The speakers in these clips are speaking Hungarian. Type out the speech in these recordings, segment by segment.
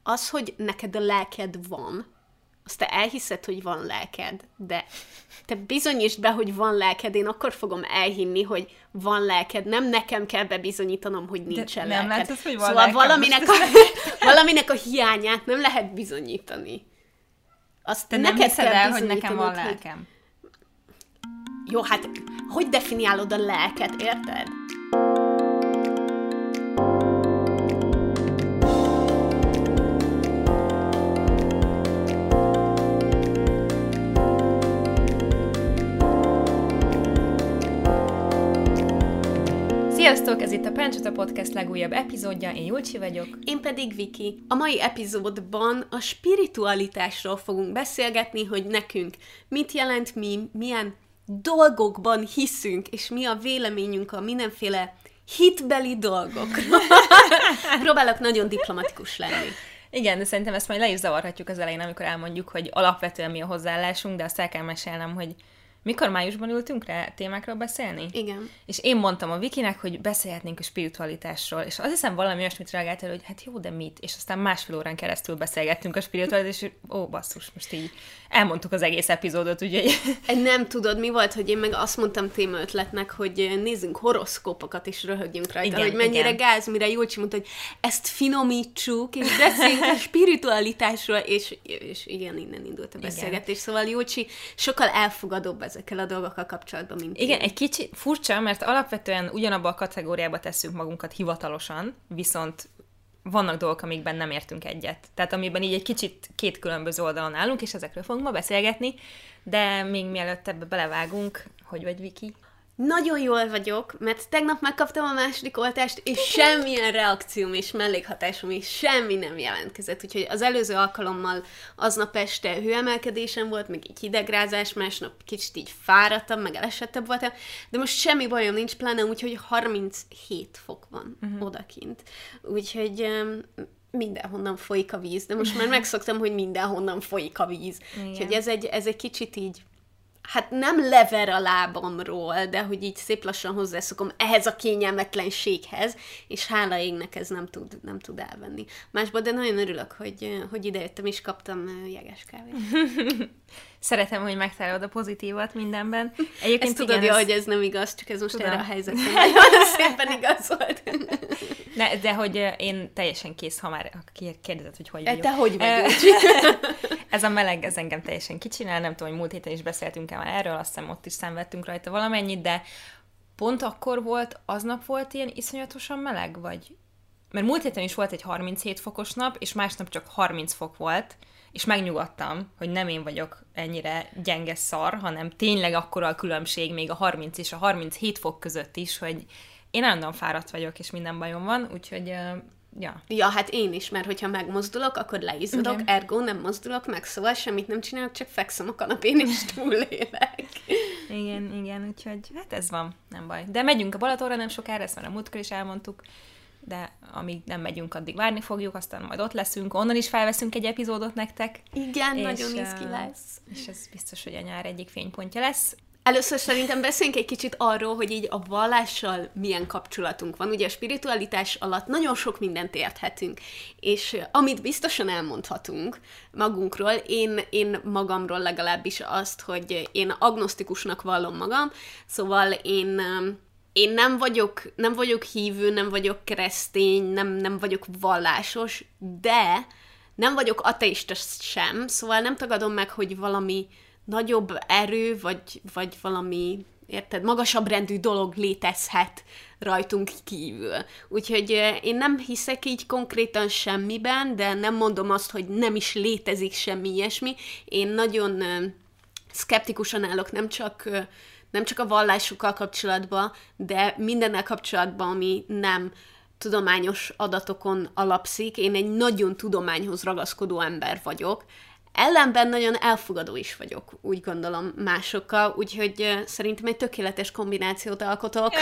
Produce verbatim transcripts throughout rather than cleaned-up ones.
az, hogy neked a lelked van, azt te elhiszed, hogy van lelked, de te bizonyítsd be, hogy van lelked, én akkor fogom elhinni, hogy van lelked, nem nekem kell bebizonyítanom, hogy nincsen de lelked. nem látod, hogy van szóval lelkem, valaminek a, valaminek a hiányát nem lehet bizonyítani. Azt te neked nem hiszed kell el, hogy nekem van bizonyítanod, hogy... lelkem. Jó, hát hogy definiálod a lelket, érted? Sziasztok, ez itt a Páncsota Podcast legújabb epizódja, én Julcsi vagyok. Én pedig Viki. A mai epizódban a spiritualitásról fogunk beszélgetni, hogy nekünk mit jelent mi, milyen dolgokban hiszünk, és mi a véleményünk a mindenféle hitbeli dolgokról. Próbálok nagyon diplomatikus lenni. Igen, de szerintem ezt majd le is zavarhatjuk az elején, amikor elmondjuk, hogy alapvetően mi a hozzáállásunk, de azt el kell mesélnem, hogy mikor májusban ültünk rá témákról beszélni? Igen. És én mondtam a Vikinek, hogy beszélhetnénk a spiritualitásról, és azt hiszem valami olyasmit reagált el, hogy hát jó, de mit? És aztán másfél órán keresztül beszélgettünk a spiritualitásról, és ó, basszus, most így elmondtuk az egész epizódot, úgyhogy... Nem tudod, mi volt, hogy én meg azt mondtam témaötletnek, hogy nézzünk horoszkópokat, és röhögjünk rajta, igen, hogy mennyire igen. gáz, mire Julcsi mondta, hogy ezt finomítsuk, és beszéljünk a spiritualitásról, és, és igen, innen indult a beszélgetés. Igen. Szóval Julcsi sokkal elfogadóbb ezekkel a dolgokkal kapcsolatban, mint igen, én. egy kicsit furcsa, mert alapvetően ugyanabba a kategóriába tesszük magunkat hivatalosan, viszont vannak dolgok, amikben nem értünk egyet. Tehát amiben így egy kicsit két különböző oldalon állunk, és ezekről fogunk ma beszélgetni, de még mielőtt ebbe belevágunk, hogy vagy Viki? Nagyon jól vagyok, mert tegnap megkaptam a második oltást, és semmilyen reakcióm és mellékhatásom és semmi nem jelentkezett. Úgyhogy az előző alkalommal aznap este hőemelkedésem volt, meg így hidegrázás, másnap kicsit így fáradtam, meg elesettebb voltam, de most semmi bajom nincs, pláne úgyhogy harminchét fok van uh-huh. odakint. Úgyhogy... Um, mindenhonnan folyik a víz, de most már megszoktam, hogy mindenhonnan folyik a víz. Igen. Úgyhogy ez egy, ez egy kicsit így, hát nem lever a lábamról, de hogy így szép lassan hozzászokom ehhez a kényelmetlenséghez, és hála égnek ez nem tud, nem tud elvenni. Másban, de nagyon örülök, hogy, hogy idejöttem, és kaptam jeges kávét. Szeretem, hogy megtalálod a pozitívat mindenben. Egyébként ezt tudod, igen, ja, ez... hogy ez nem igaz, csak ez most Tudom. erre a helyzetre nagyon szépen igaz volt. Ne, de hogy én teljesen kész, ha már kérdezed, hogy hogy vagyok. Te hogy vagy? Ez a meleg, ez engem teljesen kicsinál, nem tudom, hogy múlt héten is beszéltünk el már erről, azt hiszem ott is szenvedtünk rajta valamennyit, de pont akkor volt, aznap volt ilyen iszonyatosan meleg, vagy? Mert múlt héten is volt egy harminchét fokos nap, és másnap csak harminc fok volt, és megnyugodtam, hogy nem én vagyok ennyire gyenge szar, hanem tényleg akkora a különbség még a harminc és a harminchét fok között is, hogy én állandóan fáradt vagyok, és minden bajom van, úgyhogy, uh, ja. Ja, hát én is, mert hogyha megmozdulok, akkor leizzadok, okay. Ergo nem mozdulok meg, szóval semmit nem csinálok, csak fekszem a kanapén, és túlélek. Igen, igen, úgyhogy hát ez van, nem baj. De megyünk a Balatonra nem sokára, ezt már a múltkor is elmondtuk, de amíg nem megyünk, addig várni fogjuk, aztán majd ott leszünk, onnan is felveszünk egy epizódot nektek. Igen, és, nagyon izgi lesz. És ez biztos, hogy a nyár egyik fénypontja lesz. Először szerintem beszéljünk egy kicsit arról, hogy így a vallással milyen kapcsolatunk van. Ugye a spiritualitás alatt nagyon sok mindent érthetünk, és amit biztosan elmondhatunk magunkról, én, én magamról legalábbis azt, hogy én agnosztikusnak vallom magam, szóval én... Én nem vagyok, nem vagyok hívő, nem vagyok keresztény, nem, nem vagyok vallásos, de nem vagyok ateista sem, szóval nem tagadom meg, hogy valami nagyobb erő, vagy, vagy valami, érted, magasabb rendű dolog létezhet rajtunk kívül. Úgyhogy én nem hiszek így konkrétan semmiben, de nem mondom azt, hogy nem is létezik semmi ilyesmi. Én nagyon szkeptikusan állok, nem csak... nem csak a vallásukkal kapcsolatban, de mindennel kapcsolatban, ami nem tudományos adatokon alapszik. Én egy nagyon tudományhoz ragaszkodó ember vagyok. Ellenben nagyon elfogadó is vagyok, úgy gondolom, másokkal, úgyhogy uh, szerintem egy tökéletes kombinációt alkotok.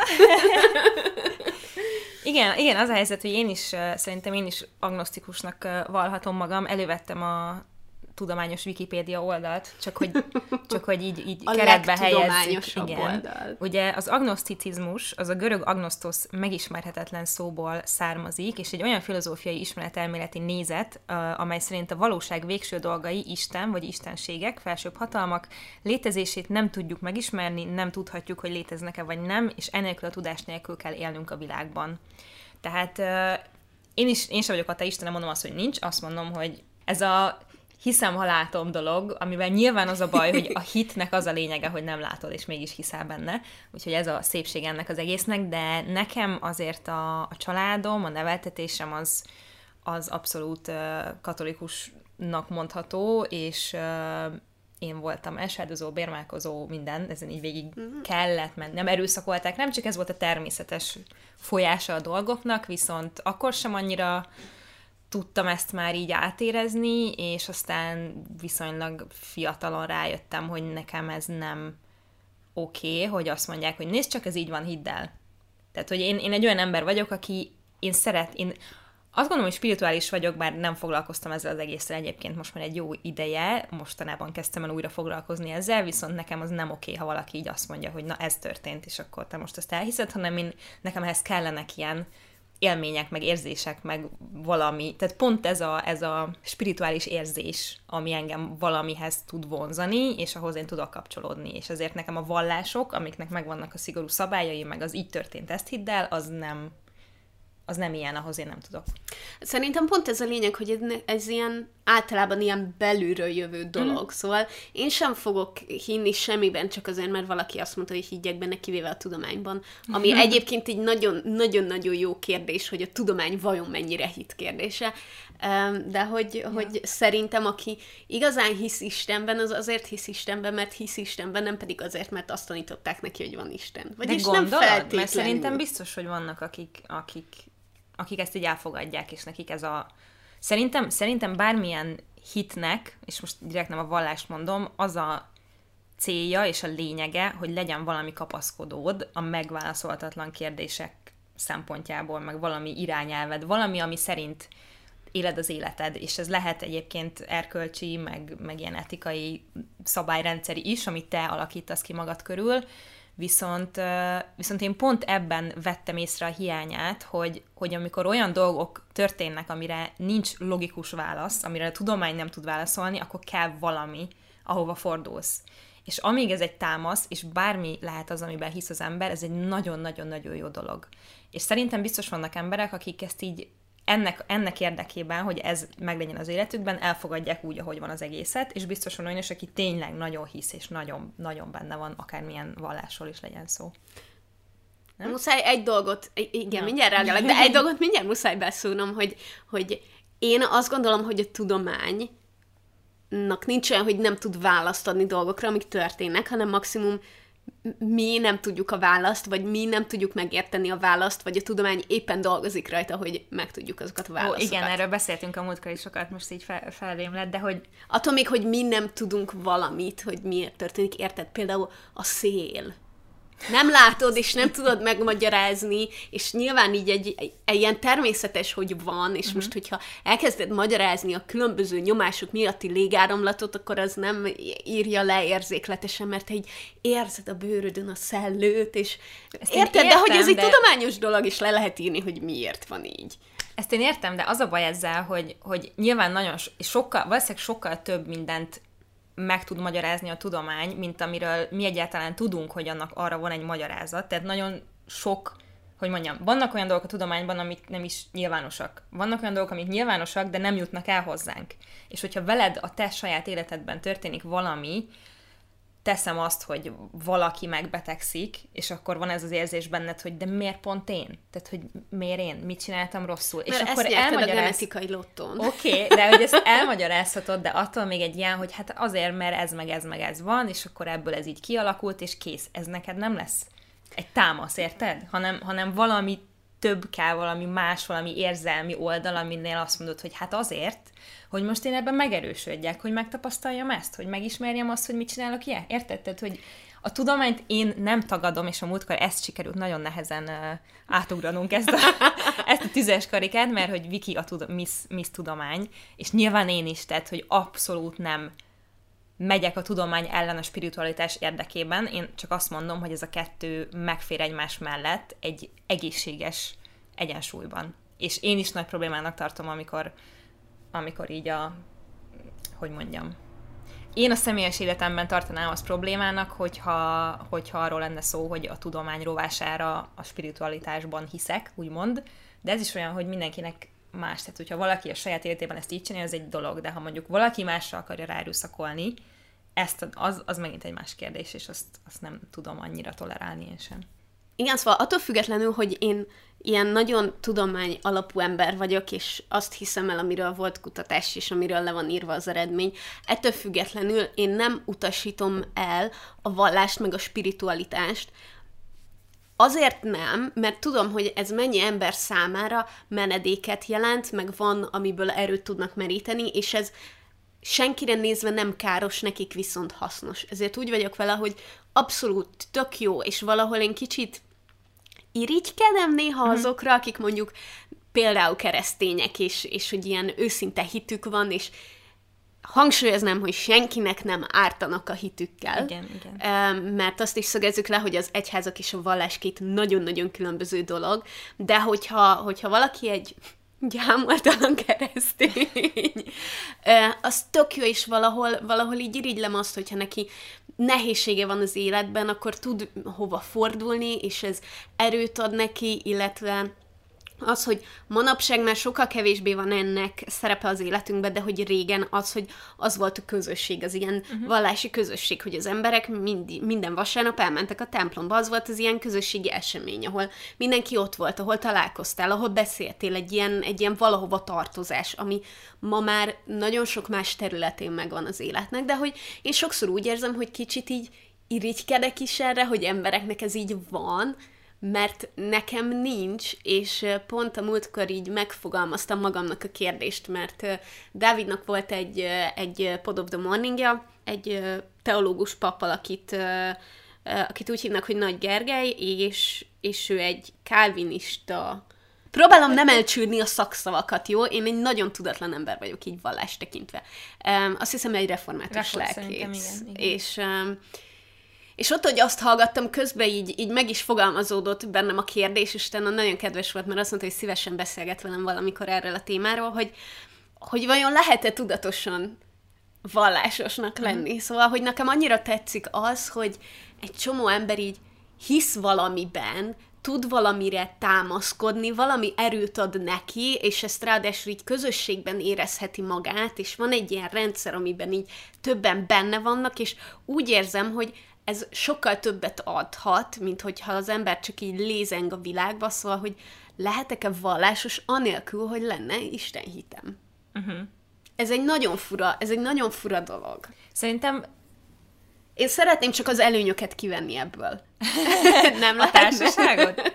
igen, igen, az a helyzet, hogy én is, uh, szerintem én is agnosztikusnak uh, vallhatom magam. Elővettem a tudományos Wikipédia oldalt, csak hogy, csak hogy így, így a keretbe helyezzük. Igen. Oldal. Ugye az agnoszticizmus, az a görög agnosztos megismerhetetlen szóból származik, és egy olyan filozófiai ismeretelméleti nézet, amely szerint a valóság végső dolgai, Isten vagy istenségek, felsőbb hatalmak létezését nem tudjuk megismerni, nem tudhatjuk, hogy léteznek-e vagy nem, és enélkül a tudás nélkül kell élnünk a világban. Tehát én is, én sem vagyok ateista, nem mondom azt, hogy nincs, azt mondom, hogy ez a hiszem, ha látom dolog, amivel nyilván az a baj, hogy a hitnek az a lényege, hogy nem látod, és mégis hiszel benne. Úgyhogy ez a szépség ennek az egésznek, de nekem azért a, a családom, a neveltetésem az, az abszolút uh, katolikusnak mondható, és uh, én voltam esáldozó, bérmálkozó, minden, ezen így végig uh-huh. kellett menni. Nem erőszakolták, nem csak ez volt a természetes folyása a dolgoknak, viszont akkor sem annyira tudtam ezt már így átérezni, és aztán viszonylag fiatalon rájöttem, hogy nekem ez nem oké, okay, hogy azt mondják, hogy nézd csak, ez így van, hidd el. Tehát, hogy én, én egy olyan ember vagyok, aki én szeret, én azt gondolom, hogy spirituális vagyok, bár nem foglalkoztam ezzel az egésszel egyébként most már egy jó ideje, mostanában kezdtem el újra foglalkozni ezzel, viszont nekem az nem oké, ha valaki így azt mondja, hogy na ez történt, és akkor te most ezt elhiszed, hanem én, nekem ehhez kellenek ilyen élmények, meg érzések, meg valami. Tehát pont ez a, ez a spirituális érzés, ami engem valamihez tud vonzani, és ahhoz én tudok kapcsolódni. És ezért nekem a vallások, amiknek megvannak a szigorú szabályai, meg az így történt, ezt hidd el, az nem, az nem ilyen, ahhoz én nem tudok. Szerintem pont ez a lényeg, hogy ez, ez ilyen általában ilyen belülről jövő dolog. Mm. Szóval én sem fogok hinni semmiben, csak azért, mert valaki azt mondta, hogy higgyek benne, kivéve a tudományban. Ami mm. egyébként egy nagyon-nagyon jó kérdés, hogy a tudomány vajon mennyire hit kérdése. De hogy, ja. hogy szerintem, aki igazán hisz Istenben, az azért hisz Istenben, mert hisz Istenben, nem pedig azért, mert azt tanították neki, hogy van Isten. Vagyis de gondolod? Nem feltétlenül. Mert szerintem biztos, hogy vannak, akik, akik akik ezt így elfogadják, és nekik ez a... Szerintem, szerintem bármilyen hitnek, és most direkt nem a vallást mondom, az a célja és a lényege, hogy legyen valami kapaszkodód a megválaszolhatatlan kérdések szempontjából, meg valami irányelved, valami, ami szerint éled az életed, és ez lehet egyébként erkölcsi, meg, meg ilyen etikai szabályrendszeri is, amit te alakítasz ki magad körül, Viszont, viszont én pont ebben vettem észre a hiányát, hogy, hogy amikor olyan dolgok történnek, amire nincs logikus válasz, amire a tudomány nem tud válaszolni, akkor kell valami, ahova fordulsz. És amíg ez egy támasz, és bármi lehet az, amiben hisz az ember, ez egy nagyon-nagyon-nagyon jó dolog. És szerintem biztos vannak emberek, akik ezt így ennek, ennek érdekében, hogy ez meglegyen az életükben, elfogadják úgy, ahogy van az egészet, és biztos van olyan is, aki tényleg nagyon hisz, és nagyon, nagyon benne van, akármilyen vallásról is legyen szó. Nem? Muszáj egy dolgot, igen, ja. mindjárt reagálok, de egy dolgot mindjárt muszáj beszélnem, hogy, hogy én azt gondolom, hogy a tudománynak nincs olyan, hogy nem tud választ adni dolgokra, amik történnek, hanem maximum mi nem tudjuk a választ, vagy mi nem tudjuk megérteni a választ, vagy a tudomány éppen dolgozik rajta, hogy megtudjuk azokat a válaszokat. Ó, igen, erről beszéltünk a múltkor is sokat, most így fel, felém lett, de hogy... Attól még, hogy mi nem tudunk valamit, hogy miért történik, érted? Például a szél. Nem látod, és nem tudod megmagyarázni, és nyilván így egy, egy, egy ilyen természetes, hogy van, és uh-huh. most, hogyha elkezded magyarázni a különböző nyomások miatti légáramlatot, akkor az nem írja le érzékletesen, mert egy érzed a bőrödön a szellőt, és ezt érted, értem, de hogy ez egy de... tudományos dolog, és le lehet írni, hogy miért van így. Ezt én értem, de az a baj ezzel, hogy, hogy nyilván nagyon sokkal, valószínűleg sokkal több mindent meg tud magyarázni a tudomány, mint amiről mi egyáltalán tudunk, hogy annak arra van egy magyarázat. Tehát nagyon sok, hogy mondjam, vannak olyan dolgok a tudományban, amik nem is nyilvánosak. Vannak olyan dolgok, amik nyilvánosak, de nem jutnak el hozzánk. És hogyha veled a te saját életedben történik valami, teszem azt, hogy valaki megbetegszik, és akkor van ez az érzés benned, hogy de miért pont én? Tehát, hogy miért én? Mit csináltam rosszul? Mert és akkor elmagyaráz... a genetikai lottón. Oké, okay, de hogy ezt elmagyarázhatod, de attól még egy ilyen, hogy hát azért, mert ez meg ez meg ez van, és akkor ebből ez így kialakult, és kész. Ez neked nem lesz egy támasz, érted? Hanem, hanem valami több kell, valami más, valami érzelmi oldal, aminél azt mondod, hogy hát azért, hogy most én ebben megerősödjek, hogy megtapasztaljam ezt, hogy megismerjem azt, hogy mit csinálok ilyen. Érted? Tehát, hogy A tudományt én nem tagadom, és a múltkor ezt sikerült nagyon nehezen uh, átugranunk ezt a, ezt a tüzes karikát, mert hogy Viki a tudo- Miss, Miss Tudomány, és nyilván én is, tehát, hogy abszolút nem megyek a tudomány ellen a spiritualitás érdekében, én csak azt mondom, hogy ez a kettő megfér egymás mellett egy egészséges egyensúlyban. És én is nagy problémának tartom, amikor, amikor így a, hogy mondjam, én a személyes életemben tartanám azt problémának, hogyha, hogyha arról lenne szó, hogy a tudomány rovására a spiritualitásban hiszek, úgymond, de ez is olyan, hogy mindenkinek más. Tehát, hogyha valaki a saját életében ezt így csinálja, az egy dolog, de ha mondjuk valaki másra akarja ráerőszakolni, ezt, az, az megint egy más kérdés, és azt, azt nem tudom annyira tolerálni én sem. Igen, szóval attól függetlenül, hogy én ilyen nagyon tudomány alapú ember vagyok, és azt hiszem el, amiről volt kutatás, és amiről le van írva az eredmény, ettől függetlenül én nem utasítom el a vallást, meg a spiritualitást. Azért nem, mert tudom, hogy ez mennyi ember számára menedéket jelent, meg van, amiből erőt tudnak meríteni, és ez senkire nézve nem káros, nekik viszont hasznos. Ezért úgy vagyok vele, hogy abszolút tök jó, és valahol én kicsit irigykedem néha mm-hmm. azokra, akik mondjuk például keresztények, és, és hogy ilyen őszinte hitük van, és hangsúlyoznám, hogy senkinek nem ártanak a hitükkel. Igen, igen. Mert azt is szögezzük le, hogy az egyházak és a vallás két nagyon-nagyon különböző dolog, de hogyha, hogyha valaki egy gyámoltalan keresztény, az tök jó, és valahol, valahol így irigylem azt, hogyha neki nehézsége van az életben, akkor tud hova fordulni, és ez erőt ad neki, illetve az, hogy manapság már sokkal kevésbé van ennek szerepe az életünkben, de hogy régen az, hogy az volt a közösség, az ilyen uh-huh. vallási közösség, hogy az emberek mind, minden vasárnap elmentek a templomba, az volt az ilyen közösségi esemény, ahol mindenki ott volt, ahol találkoztál, ahol beszéltél, egy ilyen, egy ilyen valahova tartozás, ami ma már nagyon sok más területén megvan az életnek, de hogy én sokszor úgy érzem, hogy kicsit így irigykedek is erre, hogy embereknek ez így van, mert nekem nincs, és pont a múltkor így megfogalmaztam magamnak a kérdést, mert Dávidnak volt egy, egy Pod of the Morning-ja, egy teológus pappal, akit, akit úgy hívnak, hogy Nagy Gergely, és, és ő egy kálvinista. Próbálom nem elcsűrni a szakszavakat, jó? Én egy nagyon tudatlan ember vagyok, így vallást tekintve. Azt hiszem, egy református lelkész. És... És ott, hogy azt hallgattam, közben így, így meg is fogalmazódott bennem a kérdés, és utána nagyon kedves volt, mert azt mondta, hogy szívesen beszélget velem valamikor erről a témáról, hogy, hogy vajon lehet-e tudatosan vallásosnak lenni. Mm. Szóval, hogy nekem annyira tetszik az, hogy egy csomó ember így hisz valamiben, tud valamire támaszkodni, valami erőt ad neki, és ezt ráadásul így közösségben érezheti magát, és van egy ilyen rendszer, amiben így többen benne vannak, és úgy érzem, hogy ez sokkal többet adhat, mint hogyha az ember csak így lézeng a világba, szóval, hogy lehetek-e vallásos anélkül, hogy lenne Isten hitem. Uh-huh. Ez egy nagyon fura, ez egy nagyon fura dolog. Szerintem én szeretném csak az előnyöket kivenni ebből. Nem a társaságot?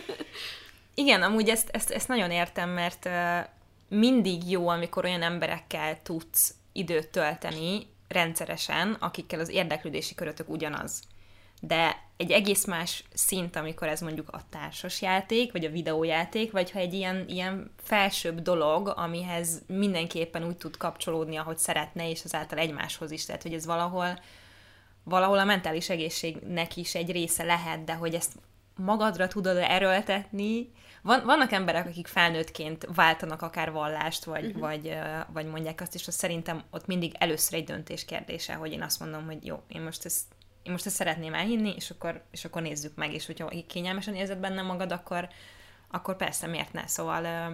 Igen, amúgy ezt, ezt, ezt nagyon értem, mert uh, mindig jó, amikor olyan emberekkel tudsz időt tölteni, rendszeresen, akikkel az érdeklődési körötök ugyanaz. De egy egész más szint, amikor ez mondjuk a társasjáték, vagy a videójáték, vagy ha egy ilyen, ilyen felsőbb dolog, amihez mindenképpen úgy tud kapcsolódni, ahogy szeretne, és azáltal egymáshoz is. Tehát, hogy ez valahol, valahol a mentális egészségnek is egy része lehet, de hogy ezt magadra tudod erőltetni. Van, vannak emberek, akik felnőttként váltanak akár vallást, vagy, uh-huh. vagy, vagy mondják azt is, hogy szerintem ott mindig először egy döntés kérdése, hogy én azt mondom, hogy jó, én most ezt, én most ezt szeretném elhinni, és akkor, és akkor nézzük meg, és hogyha kényelmesen érzed benne magad, akkor, akkor persze, miért ne? Szóval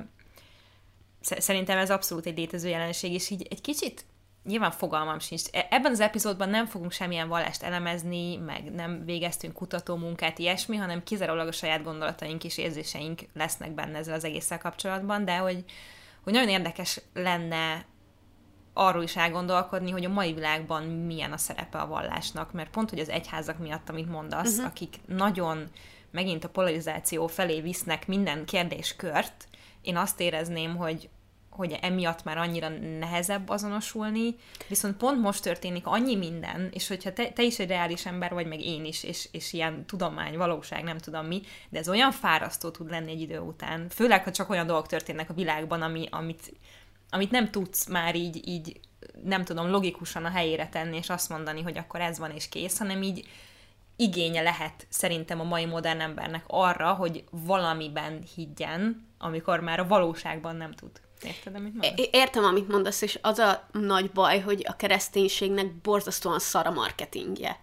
uh, szerintem ez abszolút egy létező jelenség, és így egy kicsit nyilván fogalmam sincs. Ebben az epizódban nem fogunk semmilyen vallást elemezni, meg nem végeztünk kutatómunkát, ilyesmi, hanem kizárólag a saját gondolataink és érzéseink lesznek benne ezzel az egésszel kapcsolatban, de hogy, hogy nagyon érdekes lenne arról is elgondolkodni, hogy a mai világban milyen a szerepe a vallásnak, mert pont, hogy az egyházak miatt, amit mondasz, uh-huh. akik nagyon megint a polarizáció felé visznek minden kérdéskört, én azt érezném, hogy hogy emiatt már annyira nehezebb azonosulni, viszont pont most történik annyi minden, és hogyha te, te is egy reális ember vagy, meg én is, és, és ilyen tudomány, valóság, nem tudom mi, de ez olyan fárasztó tud lenni egy idő után, főleg, ha csak olyan dolgok történnek a világban, ami, amit, amit nem tudsz már így, így, nem tudom, logikusan a helyére tenni, és azt mondani, hogy akkor ez van és kész, hanem így igénye lehet szerintem a mai modern embernek arra, hogy valamiben higgyen, amikor már a valóságban nem tud. Érted, amit mondasz? Értem, amit mondasz, és az a nagy baj, hogy a kereszténységnek borzasztóan szar a marketingje.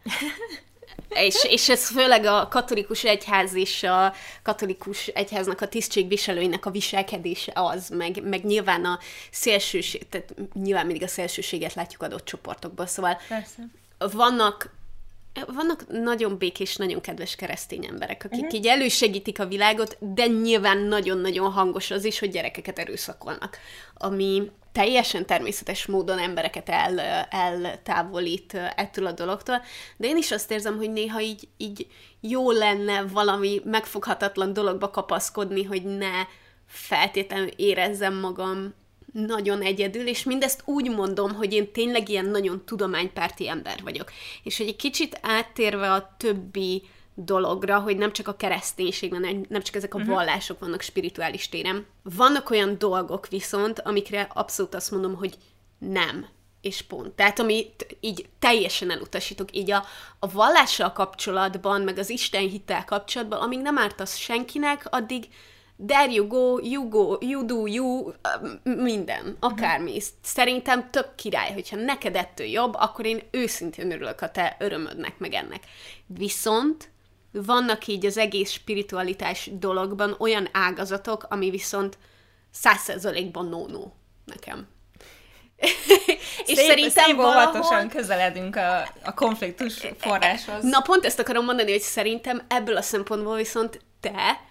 és, és ez főleg a katolikus egyház és a katolikus egyháznak a tisztségviselőinek a viselkedése az, meg, meg nyilván a szélsőség, tehát nyilván mindig a szélsőséget látjuk adott csoportokból, szóval Persze. vannak Vannak nagyon békés, nagyon kedves keresztény emberek, akik uh-huh. így elősegítik a világot, de nyilván nagyon-nagyon hangos az is, hogy gyerekeket erőszakolnak, ami teljesen természetes módon embereket el, eltávolít ettől a dologtól, de én is azt érzem, hogy néha így, így jó lenne valami megfoghatatlan dologba kapaszkodni, hogy ne feltétlenül érezzem magam nagyon egyedül, és mindezt úgy mondom, hogy én tényleg ilyen nagyon tudománypárti ember vagyok. És hogy egy kicsit áttérve a többi dologra, hogy nem csak a kereszténységben, nem csak ezek a vallások vannak spirituális téren. Vannak olyan dolgok viszont, amikre abszolút azt mondom, hogy nem, és pont. Tehát amit így teljesen elutasítok, így a, a vallással kapcsolatban, meg az Isten hittel kapcsolatban, amíg nem ártasz senkinek, addig there you go, you go, you do you, minden, akármi. Uh-huh. Szerintem tök király, hogyha neked ettől jobb, akkor én őszintén örülök a te örömödnek, meg ennek. Viszont vannak így az egész spiritualitás dologban olyan ágazatok, ami viszont száz százalékban no-no nekem. És szép, szerintem szép valahol... óvatosan közeledünk a, a konfliktus forráshoz. Na pont ezt akarom mondani, hogy szerintem ebből a szempontból viszont te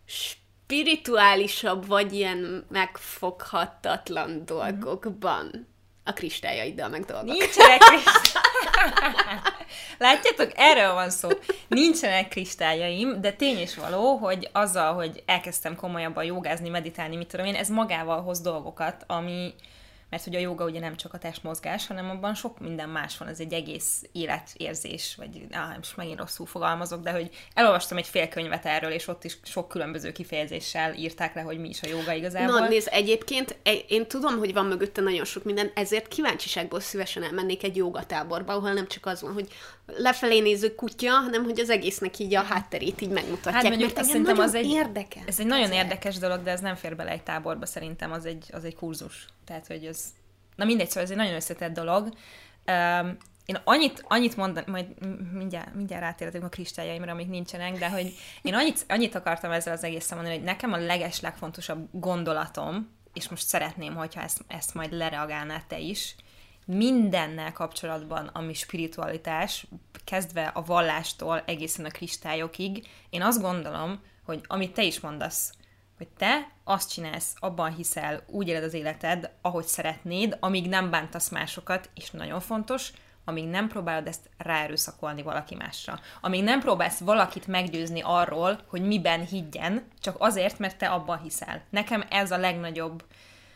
spirituálisabb vagy ilyen megfoghatatlan dolgokban. A kristályaiddal meg dolgok. Nincsenek kristályaim. Látjátok, erről van szó. Nincsenek kristályaim, de tény is való, hogy azzal, hogy elkezdtem komolyabban jogázni, meditálni, mit tudom én, ez magával hoz dolgokat, ami... Mert hogy a jóga ugye nem csak a testmozgás, hanem abban sok minden más van, ez egy egész életérzés, vagy áh, most megint rosszul fogalmazok, de hogy elolvastam egy fél könyvet erről, és ott is sok különböző kifejezéssel írták le, hogy mi is a jóga igazából. Na, nézd, egyébként én tudom, hogy van mögötte nagyon sok minden, ezért kíváncsiságból szívesen elmennék egy jógatáborba, ahol nem csak az van, hogy lefelé néző kutya, hanem hogy az egésznek így a hátterét így megmutatják. Hát mondjuk azt szerintem az egy, érdekes. Ez egy nagyon érdekes dolog, de ez nem fér bele egy táborba, szerintem az egy, az egy kurzus. Tehát, hogy ez... Na mindegy, szóval ez egy nagyon összetett dolog. Um, én annyit, annyit mondani, majd mindjárt, mindjárt rátérhetünk a kristályaimra, amik nincsenek, de hogy én annyit, annyit akartam ezzel az egészen mondani, hogy nekem a leges, legfontosabb gondolatom, és most szeretném, hogyha ezt, ezt majd lereagálnál te is, mindennel kapcsolatban, ami spiritualitás, kezdve a vallástól egészen a kristályokig, én azt gondolom, hogy amit te is mondasz, hogy te azt csinálsz, abban hiszel, úgy éled az életed, ahogy szeretnéd, amíg nem bántasz másokat, és nagyon fontos, amíg nem próbálod ezt ráerőszakolni valaki másra. Amíg nem próbálsz valakit meggyőzni arról, hogy miben higgyen, csak azért, mert te abban hiszel. Nekem ez a legnagyobb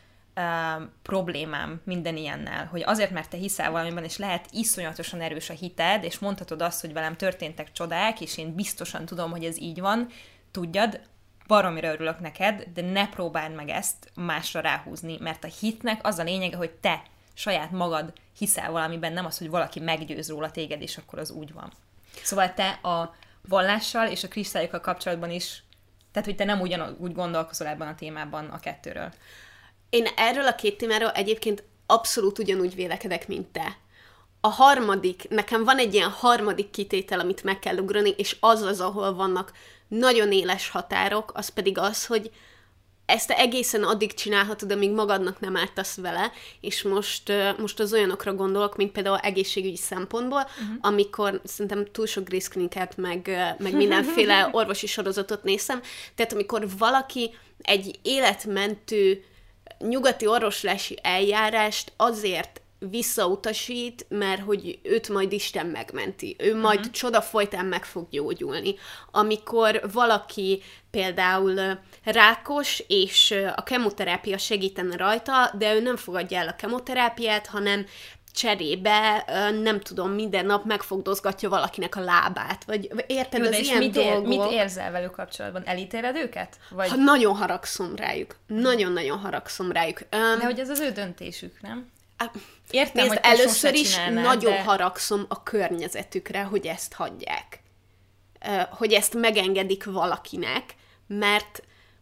uh, problémám minden ilyennel, hogy azért, mert te hiszel valamiben, és lehet iszonyatosan erős a hited, és mondhatod azt, hogy velem történtek csodák, és én biztosan tudom, hogy ez így van, tudjad, baromira örülök neked, de ne próbáld meg ezt másra ráhúzni, mert a hitnek az a lényege, hogy te saját magad hiszel valamiben, nem az, hogy valaki meggyőz róla téged, és akkor az úgy van. Szóval te a vallással és a kristályokkal kapcsolatban is, tehát hogy te nem ugyan, úgy gondolkozol ebben a témában a kettőről. Én erről a két témáról egyébként abszolút ugyanúgy vélekedek, mint te. A harmadik, nekem van egy ilyen harmadik kitétel, amit meg kell ugrani, és az az, ahol vannak nagyon éles határok, az pedig az, hogy ezt egészen addig csinálhatod, amíg magadnak nem ártasz vele, és most, most az olyanokra gondolok, mint például egészségügyi szempontból, uh-huh. amikor szerintem túl sok Grey's Clinic-et, meg, meg mindenféle orvosi sorozatot nézem, tehát amikor valaki egy életmentő nyugati orvoslási eljárást azért visszautasít, mert hogy őt majd Isten megmenti. Ő majd uh-huh. csoda folytán meg fog gyógyulni. Amikor valaki például rákos, és a kemoterápia segítene rajta, de ő nem fogadja el a kemoterápiát, hanem cserébe, nem tudom, minden nap megfogdozgatja valakinek a lábát, vagy érted, Jó, az ilyen mit dolgok. Ér, mit érzel velük kapcsolatban? Elítéled őket? Vagy... Ha nagyon haragszom rájuk. Nagyon-nagyon haragszom rájuk. Um, de hogy ez az ő döntésük, nem? Értem, nézd, hogy először is csinálnád, nagyon de... haragszom a környezetükre, hogy ezt hagyják. Uh, hogy ezt megengedik valakinek, mert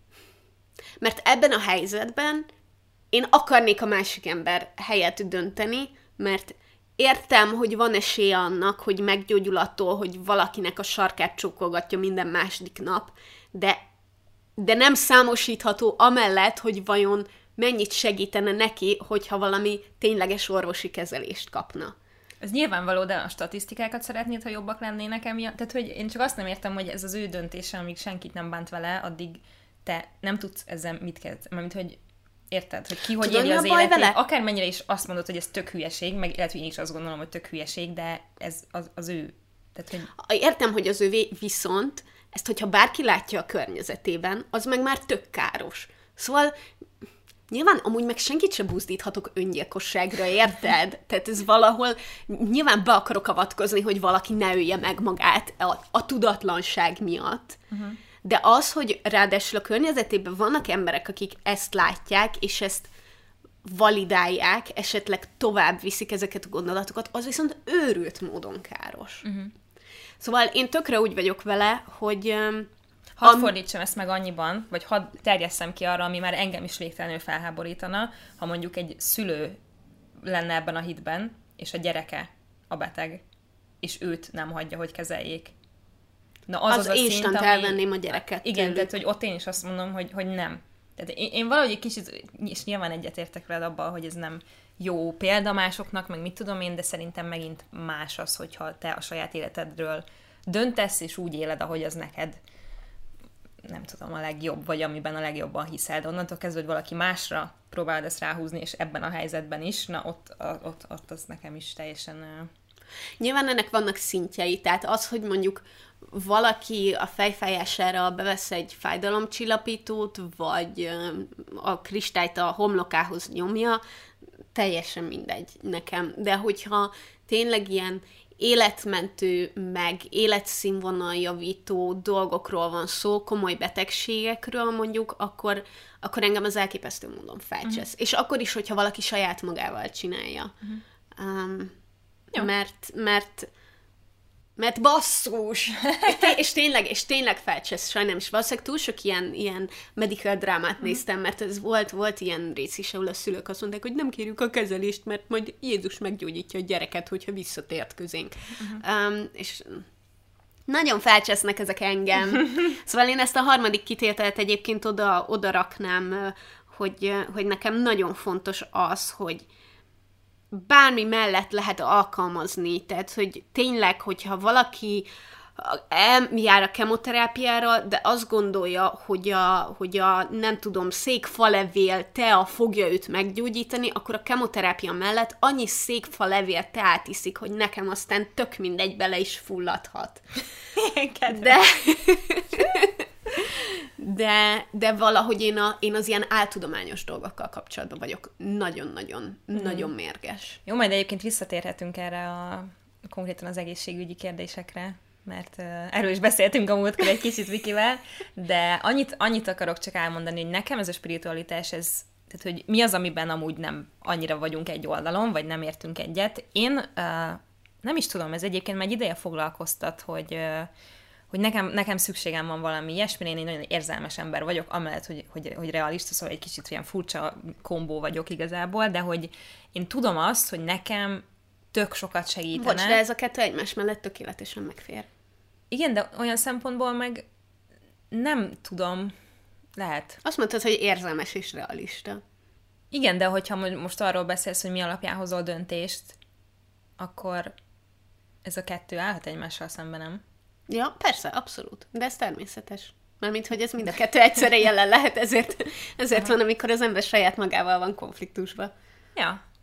mert ebben a helyzetben én akarnék a másik ember helyett dönteni, mert értem, hogy van esélye annak, hogy meggyógyul attól, hogy valakinek a sarkát csókolgatja minden második nap, de, de nem számosítható amellett, hogy vajon mennyit segítene neki, hogyha valami tényleges orvosi kezelést kapna. Ez nyilvánvaló, de a statisztikákat szeretnéd, ha jobbak lennének emiatt? Tehát, hogy én csak azt nem értem, hogy ez az ő döntése, amíg senkit nem bánt vele, addig te nem tudsz ezzel mit kezdeni. Mert hogy érted, hogy ki hogy éli az életét. Akármennyire is azt mondod, hogy ez tök hülyeség, meg illetve én is azt gondolom, hogy tök hülyeség, de ez az, az ő. Tehát, hogy... Értem, hogy az ővé, viszont ezt, hogyha bárki látja a környezetében, az meg már tök káros. Szóval nyilván amúgy meg senkit sem buzdíthatok öngyilkosságra, érted? Tehát ez valahol, nyilván be akarok avatkozni, hogy valaki ne ölje meg magát a, a tudatlanság miatt, uh-huh. de az, hogy ráadásul a környezetében vannak emberek, akik ezt látják, és ezt validálják, esetleg tovább viszik ezeket a gondolatokat, az viszont őrült módon káros. Uh-huh. Szóval én tökre úgy vagyok vele, hogy... Hadd Am... fordítsam ezt meg annyiban, vagy hadd terjesszem ki arra, ami már engem is végtelenül felháborítana, ha mondjuk egy szülő lenne ebben a hitben, és a gyereke a beteg, és őt nem hagyja, hogy kezeljék. Na az az, az a instant szint, ami... elvenném a gyereket. Igen, tőlük. Tehát, hogy ott én is azt mondom, hogy, hogy nem. Tehát én, én valahogy egy kicsit, és nyilván egyetértek veled abban, hogy ez nem jó példa másoknak, meg mit tudom én, de szerintem megint más az, hogyha te a saját életedről döntesz, és úgy éled, ahogy az neked nem tudom, a legjobb, vagy amiben a legjobban hiszel, de onnantól kezdve, hogy valaki másra próbálod ezt ráhúzni, és ebben a helyzetben is, na ott, ott, ott az nekem is teljesen... Nyilván ennek vannak szintjei, tehát az, hogy mondjuk valaki a fejfájására bevesz egy fájdalomcsillapítót, vagy a kristályt a homlokához nyomja, teljesen mindegy nekem. De hogyha tényleg ilyen életmentő, meg életszínvonaljavító dolgokról van szó, komoly betegségekről mondjuk, akkor, akkor engem az elképesztő módon felcsesz. Uh-huh. És akkor is, hogyha valaki saját magával csinálja. Uh-huh. Um, mert, mert mert basszus! és, tényleg, és tényleg felcsesz, sajnálom, és valószínűleg túl sok ilyen, ilyen medical drámát uh-huh. néztem, mert ez volt, volt ilyen rész is, ahol a szülők azt mondták, hogy nem kérjük a kezelést, mert majd Jézus meggyógyítja a gyereket, hogyha visszatért közénk. Uh-huh. Um, és nagyon felcsesznek ezek engem. Szóval én ezt a harmadik kitételt egyébként oda, oda raknám, hogy, hogy nekem nagyon fontos az, hogy bármi mellett lehet alkalmazni, tehát, hogy tényleg, hogyha valaki eljár a kemoterápiára, de azt gondolja, hogy a, hogy a nem tudom, székfalevél tea fogja őt meggyógyítani, akkor a kemoterápia mellett annyi székfalevél teát iszik, hogy nekem aztán tök mindegy, bele is fulladhat. De... De, de valahogy én, a, én az ilyen áltudományos dolgokkal kapcsolatban vagyok nagyon-nagyon, mm. nagyon mérges. Jó, majd egyébként visszatérhetünk erre a konkrétan az egészségügyi kérdésekre, mert uh, erről is beszéltünk a múltkor egy kicsit Vikivel, de annyit, annyit akarok csak elmondani, hogy nekem ez a spiritualitás, ez, tehát hogy mi az, amiben amúgy nem annyira vagyunk egy oldalon, vagy nem értünk egyet. Én uh, nem is tudom, ez egyébként már egy ideje foglalkoztat, hogy uh, hogy nekem, nekem szükségem van valami ilyesmire, én egy nagyon érzelmes ember vagyok, amellett, hogy, hogy, hogy realista, szóval egy kicsit ilyen furcsa kombó vagyok igazából, de hogy én tudom azt, hogy nekem tök sokat segítene. Bocs, de ez a kettő egymás mellett tökéletesen megfér. Igen, de olyan szempontból meg nem tudom, lehet. Azt mondtad, hogy érzelmes és realista. Igen, de hogyha most arról beszélsz, hogy mi alapján hozol döntést, akkor ez a kettő állhat egymással szemben, nem? Ja, persze, abszolút. De ez természetes. Mármint, hogy ez mind a kettő egyszerre jelen lehet, ezért, ezért van, amikor az ember saját magával van konfliktusban. Ja.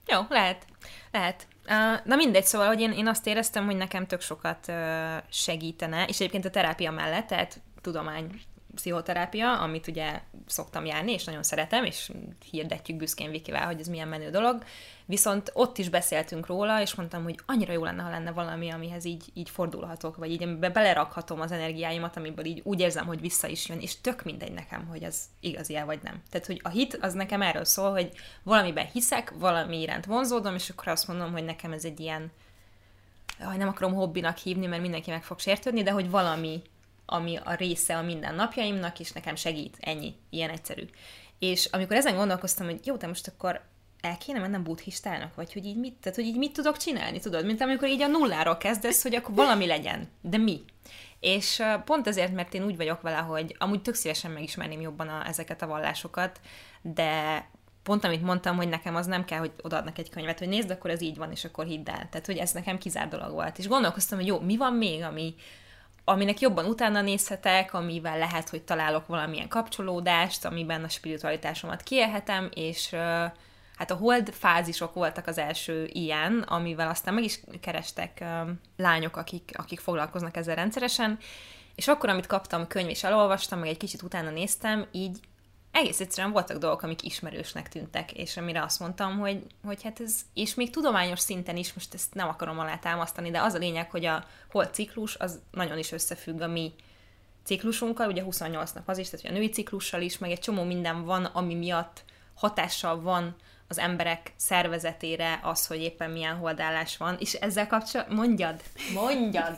Jó, lehet. Lehet. Uh, na mindegy, szóval, hogy én, én azt éreztem, hogy nekem tök sokat uh, segítene, és egyébként a terápia mellett, tehát tudomány, pszichoterápia, amit ugye szoktam járni, és nagyon szeretem, és hirdetjük büszkén Vikivel, hogy ez milyen menő dolog. Viszont ott is beszéltünk róla, és mondtam, hogy annyira jó lenne, ha lenne valami, amihez így, így fordulhatok, vagy így amiben belerakhatom az energiáimat, amiből így úgy érzem, hogy vissza is jön, és tök mindegy nekem, hogy az igazi-e vagy nem. Tehát, hogy a hit az nekem erről szól, hogy valamiben hiszek, valami iránt vonzódom, és akkor azt mondom, hogy nekem ez egy ilyen, hogy nem akarom hobbinak hívni, mert mindenki meg fog sértődni, de hogy valami, ami a része a mindennapjaimnak, és nekem segít, ennyi, ilyen egyszerű. És amikor ezen gondolkoztam, hogy jó, de most akkor el kéne mennem buddhistának, vagy hogy így mit, tehát, hogy így mit tudok csinálni, tudod? Mint amikor így a nulláról kezdesz, hogy akkor valami legyen. De mi? És pont azért, mert én úgy vagyok vele, hogy amúgy tök szívesen megismerném jobban a, ezeket a vallásokat, de pont amit mondtam, hogy nekem az nem kell, hogy odaadnak egy könyvet, hogy nézd, akkor ez így van, és akkor hidd el. Tehát, hogy ez nekem kizárt dolog volt. És gondolkoztam, hogy jó, mi van még, ami, aminek jobban utána nézhetek, amivel lehet, hogy találok valamilyen kapcsolódást, amiben a spiritualitásomat kiélhetem, és hát a hold fázisok voltak az első ilyen, amivel aztán meg is kerestek um, lányok, akik, akik foglalkoznak ezzel rendszeresen, és akkor, amit kaptam könyv és elolvastam, meg egy kicsit utána néztem, így egész egyszerűen voltak dolgok, amik ismerősnek tűntek, és amire azt mondtam, hogy, hogy hát ez, és még tudományos szinten is, most ezt nem akarom alátámasztani, de az a lényeg, hogy a hold ciklus az nagyon is összefügg a mi ciklusunkkal, ugye huszonnyolc nap az is, tehát a női ciklussal is, meg egy csomó minden van, ami miatt hatással van az emberek szervezetére az, hogy éppen milyen holdállás van, és ezzel kapcsolatban mondjad, mondjad!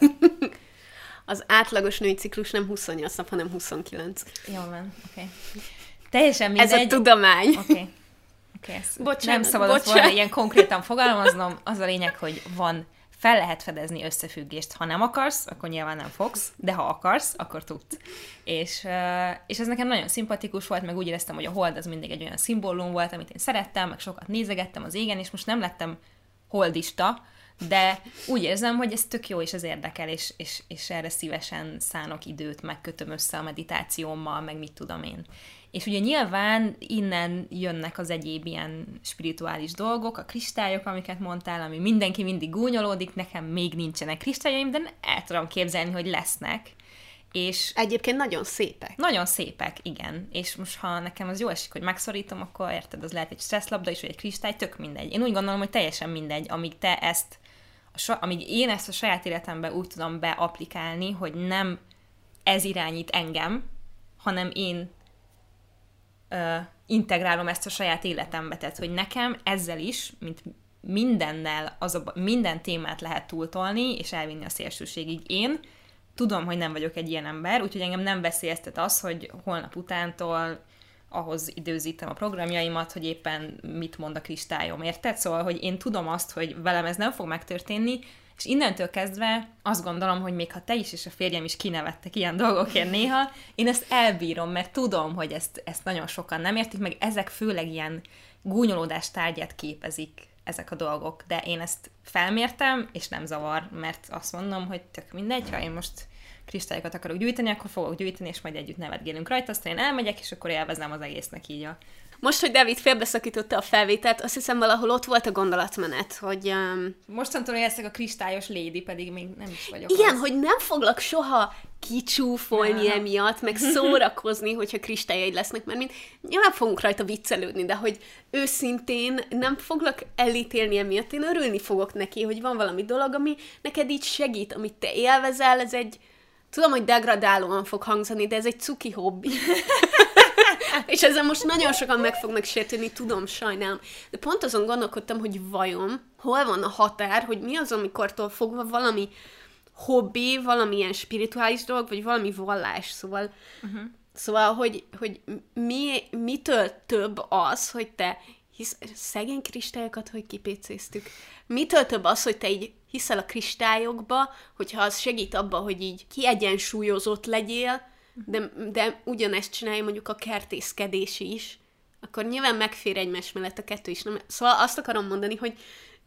Az átlagos női ciklus nem huszonnyolc nap, hanem huszonkilenc. Jól van, oké. Okay. Teljesen mindegy. Ez a tudomány. Oké. Okay. Okay, bocsánat, nem szabadott volna ilyen konkrétan fogalmaznom. Az a lényeg, hogy van, fel lehet fedezni összefüggést. Ha nem akarsz, akkor nyilván nem fogsz, de ha akarsz, akkor tudsz. És, és ez nekem nagyon szimpatikus volt, meg úgy éreztem, hogy a hold az mindig egy olyan szimbólum volt, amit én szerettem, meg sokat nézegettem az égen, és most nem lettem holdista, de úgy érzem, hogy ez tök jó, és ez érdekel, és, és, és erre szívesen szánok időt, megkötöm össze a meditációmmal, meg mit tudom én. És ugye nyilván innen jönnek az egyéb ilyen spirituális dolgok, a kristályok, amiket mondtál, ami mindenki mindig gúnyolódik, nekem még nincsenek kristályaim, de el tudom képzelni, hogy lesznek. És egyébként nagyon szépek. Nagyon szépek, igen. És most, ha nekem az jó esik, hogy megszorítom, akkor érted, az lehet egy stresszlabda is, vagy egy kristály, tök mindegy. Én úgy gondolom, hogy teljesen mindegy, amíg te ezt, amíg én ezt a saját életemben úgy tudom beapplikálni, hogy nem ez irányít engem, hanem én uh, integrálom ezt a saját életembe. Tehát, hogy nekem ezzel is, mint mindennel, az a, minden témát lehet túltolni, és elvinni a szélsőségig. Én tudom, hogy nem vagyok egy ilyen ember, úgyhogy engem nem veszélyeztet az, hogy holnap utántól ahhoz időzítem a programjaimat, hogy éppen mit mond a kristályom, érted? Szóval, hogy én tudom azt, hogy velem ez nem fog megtörténni, és innentől kezdve azt gondolom, hogy még ha te is és a férjem is kinevettek ilyen dolgokért néha, én ezt elbírom, mert tudom, hogy ezt, ezt nagyon sokan nem értik, meg ezek főleg ilyen gúnyolódás tárgyát képezik ezek a dolgok, de én ezt felmértem, és nem zavar, mert azt mondom, hogy tök mindegy, ha én most kristályokat akarok gyűjteni, akkor fogok gyűjteni, és majd együtt nevetgélünk rajta, aztán én elmegyek, és akkor élvezem az egésznek így a... Most, hogy David félbeszakította a felvételt, azt hiszem valahol ott volt a gondolatmenet, hogy... Um... Mostantól leszek a kristályos lady, pedig még nem is vagyok. Igen, az. hogy nem foglak soha kicsúfolni ja. emiatt, meg szórakozni, hogyha kristályaid lesznek, mert mind nyilván fogunk rajta viccelődni, de hogy őszintén nem foglak elítélni emiatt, én örülni fogok neki, hogy van valami dolog, ami neked így segít, amit te élvezel, ez egy... Tudom, hogy degradálóan fog hangzani, de ez egy cuki hobbi. És ezzel most nagyon sokan meg fognak sértődni, tudom, sajnálom. De pont azon gondolkodtam, hogy vajon hol van a határ, hogy mi az, amikortól fogva valami hobbi, valamilyen spirituális dolog, vagy valami vallás. Szóval, uh-huh. szóval hogy, hogy mi, mitől több az, hogy te hisz, szegény kristályokat, hogy kipécéztük. Mitől több az, hogy te így hiszel a kristályokba, hogyha az segít abba, hogy így kiegyensúlyozott legyél, de, de ugyanezt csinálja mondjuk a kertészkedés is, akkor nyilván megfér egymás mellett a kettő is. Nem? Szóval azt akarom mondani, hogy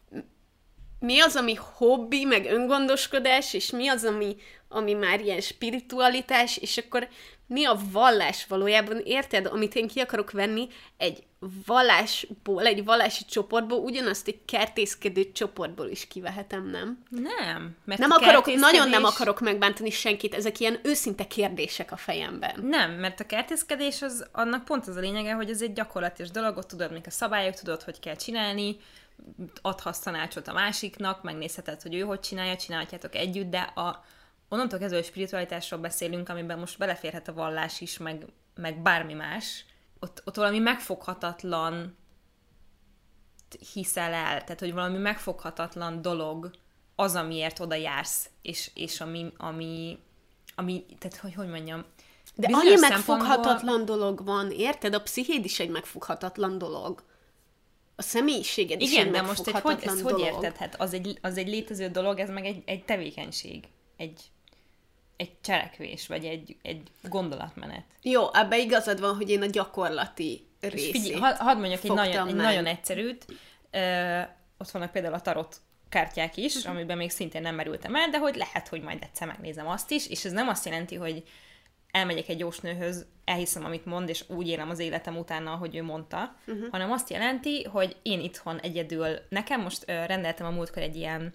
mi az, ami hobbi, meg öngondoskodás, és mi az, ami, ami már ilyen spiritualitás, és akkor mi a vallás valójában, érted? Amit én ki akarok venni egy vallásból, egy vallási csoportból, ugyanazt egy kertészkedő csoportból is kivehetem, nem? Nem. Mert nem a akarok, kertészkedés... nagyon nem akarok megbántani senkit, ezek ilyen őszinte kérdések a fejemben. Nem, mert a kertészkedés az, annak pont az a lényege, hogy ez egy gyakorlatilag dolog, ott tudod, mik a szabályok, tudod, hogy kell csinálni, adhatsz tanácsot a másiknak, megnézheted, hogy ő hogy csinálja, csinálhatjátok együtt, de a onnantól kezdve, hogy spiritualitásról beszélünk, amiben most beleférhet a vallás is, meg, meg bármi más, ott, ott valami megfoghatatlan hiszel el, tehát hogy valami megfoghatatlan dolog az, amiért oda jársz, és, és ami, ami, ami, tehát hogy, hogy mondjam, de annyi megfoghatatlan dolog van, érted? A pszichéd is egy megfoghatatlan dolog. A személyiséged is igen, egy de most egy, hogy, ezt dolog. hogy érted? Hát az egy, az egy létező dolog, ez meg egy, egy tevékenység. Egy, egy cselekvés, vagy egy, egy gondolatmenet. Jó, ebbe igazad van, hogy én a gyakorlati részét figyelj, hadd had mondjak egy, nagyon, egy meg. nagyon egyszerűt. Ö, ott vannak például a tarot kártyák is, uh-huh. amiben még szintén nem merültem el, de hogy lehet, hogy majd egyszer megnézem azt is, és ez nem azt jelenti, hogy elmegyek egy jósnőhöz, elhiszem, amit mond, és úgy élem az életem utána, ahogy ő mondta, uh-huh. hanem azt jelenti, hogy én itthon egyedül, nekem most ö, rendeltem a múltkor egy ilyen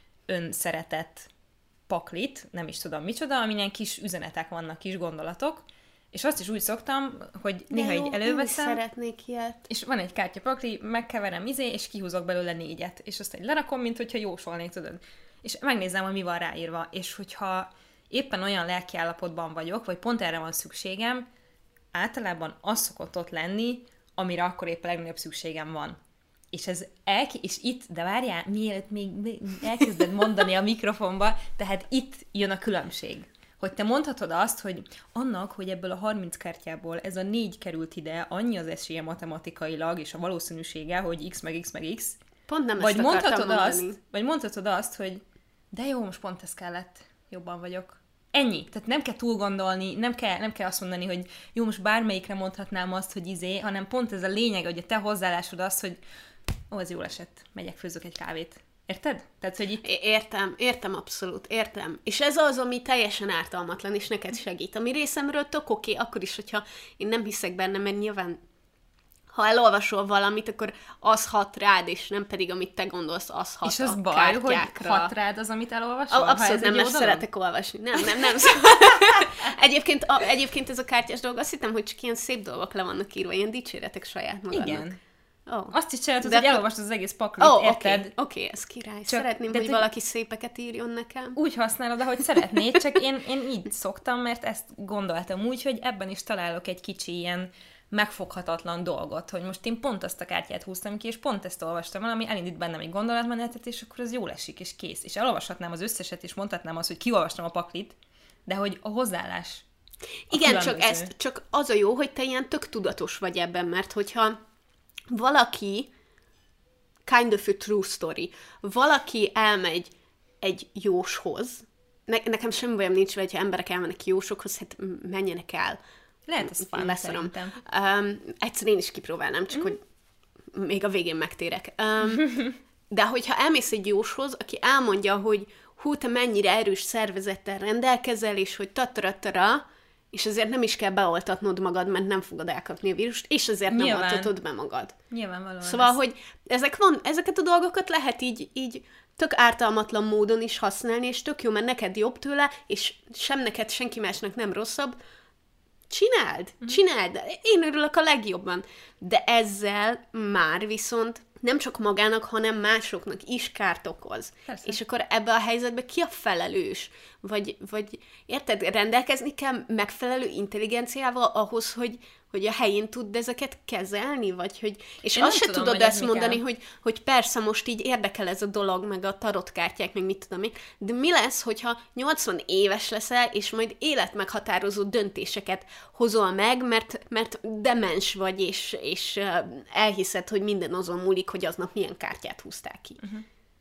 önszeretett paklit, nem is tudom micsoda, amilyen kis üzenetek vannak, kis gondolatok, és azt is úgy szoktam, hogy néha jó, így előveszem, én szeretnék ilyet. És van egy kártyapakli, megkeverem izé, és kihúzok belőle négyet, és azt egy lerakom, mint hogyha jósolnék, tudod. És megnézem, hogy mi van ráírva, és hogyha éppen olyan lelkiállapotban vagyok, vagy pont erre van szükségem, általában az szokott ott lenni, amire akkor épp a legnagyobb szükségem van. És ez elki, és itt, de várjál, mielőtt még elkezded mondani a mikrofonba, tehát itt jön a különbség. Hogy te mondhatod azt, hogy annak, hogy ebből a harminc kártyából ez a négy került ide, annyi az esélye matematikailag, és a valószínűsége, hogy x meg x meg x. Pont nem vagy ezt mondhatod mondani. azt, Vagy mondhatod azt, hogy de jó, most pont ez kellett, jobban vagyok. Ennyi. Tehát nem kell túl gondolni, nem kell, nem kell azt mondani, hogy jó, most bármelyikre mondhatnám azt, hogy izé, hanem pont ez a lényeg, hogy a te hozzáállásod az, hogy ó, ez jól esett, megyek, főzök egy kávét. Érted? Tehát, hogy itt... Értem, értem abszolút, értem. És ez az, ami teljesen ártalmatlan, és neked segít. Ami részemről tök oké, akkor is, hogyha én nem hiszek benne, mert nyilván ha elolvasol valamit, akkor az hat rád, és nem pedig, amit te gondolsz, az hat és az a baj, kártyákra. hogy hat rád az, amit elolvasol? Abszolút nem, mert szeretek olvasni. Nem, nem, nem. egyébként, a, egyébként ez a kártyás dolog, azt hittem, hogy csak ilyen szép dolgok le vannak írva, ilyen dicséretek saját magadnak. Igen. Oh. Azt is csináltad, de hogy elolvastad az egész paklit, oh, érted? Oké, okay. okay, ez király. Csak, Szeretném, de hogy te... valaki szépeket írjon nekem. Úgy használod, ahogy szeretnéd, csak én, én így szoktam, mert ezt gondoltam úgy, hogy ebben is találok egy kicsi ilyen megfoghatatlan dolgot, hogy most én pont azt a kártyát húztam ki, és pont ezt olvastam el, ami elindít bennem egy gondolatmenetet, és akkor az jól esik, és kész. És elolvashatnám az összeset, és mondhatnám azt, hogy kiolvastam a paklit, de hogy a hozzáállás. A Igen, csak, ezt, csak az a jó, hogy te ilyen tök tudatos vagy ebben, mert hogyha valaki kind of a true story. Valaki elmegy egy jóshoz, ne- nekem semmi bajom nincs vele, ha emberek elmennek jósokhoz, hát menjenek el. Lehet, ez fán, szerintem. Um, egyszer én is kipróbálnám, csak mm. hogy még a végén megtérek. Um, de hogyha elmész egy jóshoz, aki elmondja, hogy hú, te mennyire erős szervezettel rendelkezel, és hogy tataratara, és azért nem is kell beoltatnod magad, mert nem fogod elkapni a vírust, és azért nem Nyilván. oltatod be magad. Nyilvánvalóan. Szóval, ez. hogy ezek van, ezeket a dolgokat lehet így, így tök ártalmatlan módon is használni, és tök jó, mert neked jobb tőle, és sem neked, senki másnak nem rosszabb. Csináld, mm. csináld. Én örülök a legjobban. De ezzel már viszont nem csak magának, hanem másoknak is kárt okoz. Persze. És akkor ebbe a helyzetbe ki a felelős? Vagy, vagy érted, rendelkezni kell megfelelő intelligenciával ahhoz, hogy, hogy a helyén tudd ezeket kezelni? Vagy hogy... És Én azt se tudom, tudod hogy ezt mondani, hogy, hogy persze most így érdekel ez a dolog, meg a tarotkártyák, meg mit tudom én, de mi lesz, hogyha nyolcvan éves leszel, és majd életmeghatározó döntéseket hozol meg, mert, mert demens vagy, és, és elhiszed, hogy minden azon múlik, hogy aznap milyen kártyát húztál ki. Uh-huh.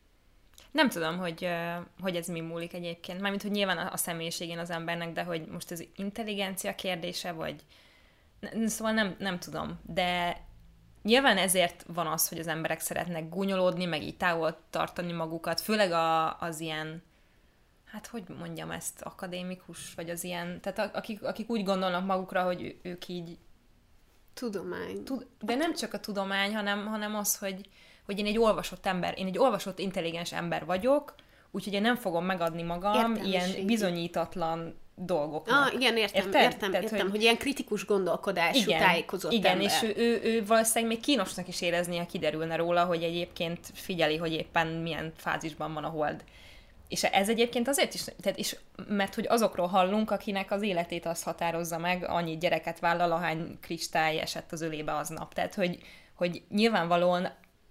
Nem tudom, hogy, hogy ez mi múlik egyébként. Mármint, hogy nyilván a személyiségén az embernek, de hogy most ez intelligencia kérdése, vagy... Szóval nem, nem tudom. De nyilván ezért van az, hogy az emberek szeretnek gúnyolódni, meg így távol tartani magukat. Főleg a, az ilyen... hát hogy mondjam ezt, akadémikus, vagy az ilyen, tehát akik, akik úgy gondolnak magukra, hogy ők így... Tudomány. Tud, de nem csak a tudomány, hanem, hanem az, hogy, hogy én egy olvasott ember, én egy olvasott, intelligens ember vagyok, úgyhogy én nem fogom megadni magam ilyen bizonyítatlan dolgoknak. Ah, igen, értem, Érted? értem, Tehát, értem, hogy, hogy ilyen kritikus gondolkodású, igen, tájékozott igen, ember. és ő, ő, ő valószínűleg még kínosnak is érezni, ha kiderülne róla, hogy egyébként figyeli, hogy éppen milyen fázisban van a hold. És ez egyébként azért is, tehát is, mert hogy azokról hallunk, akinek az életét az határozza meg, annyi gyereket vállal, ahány kristály esett az ölébe aznap. Tehát, hogy, hogy nyilvánvalóan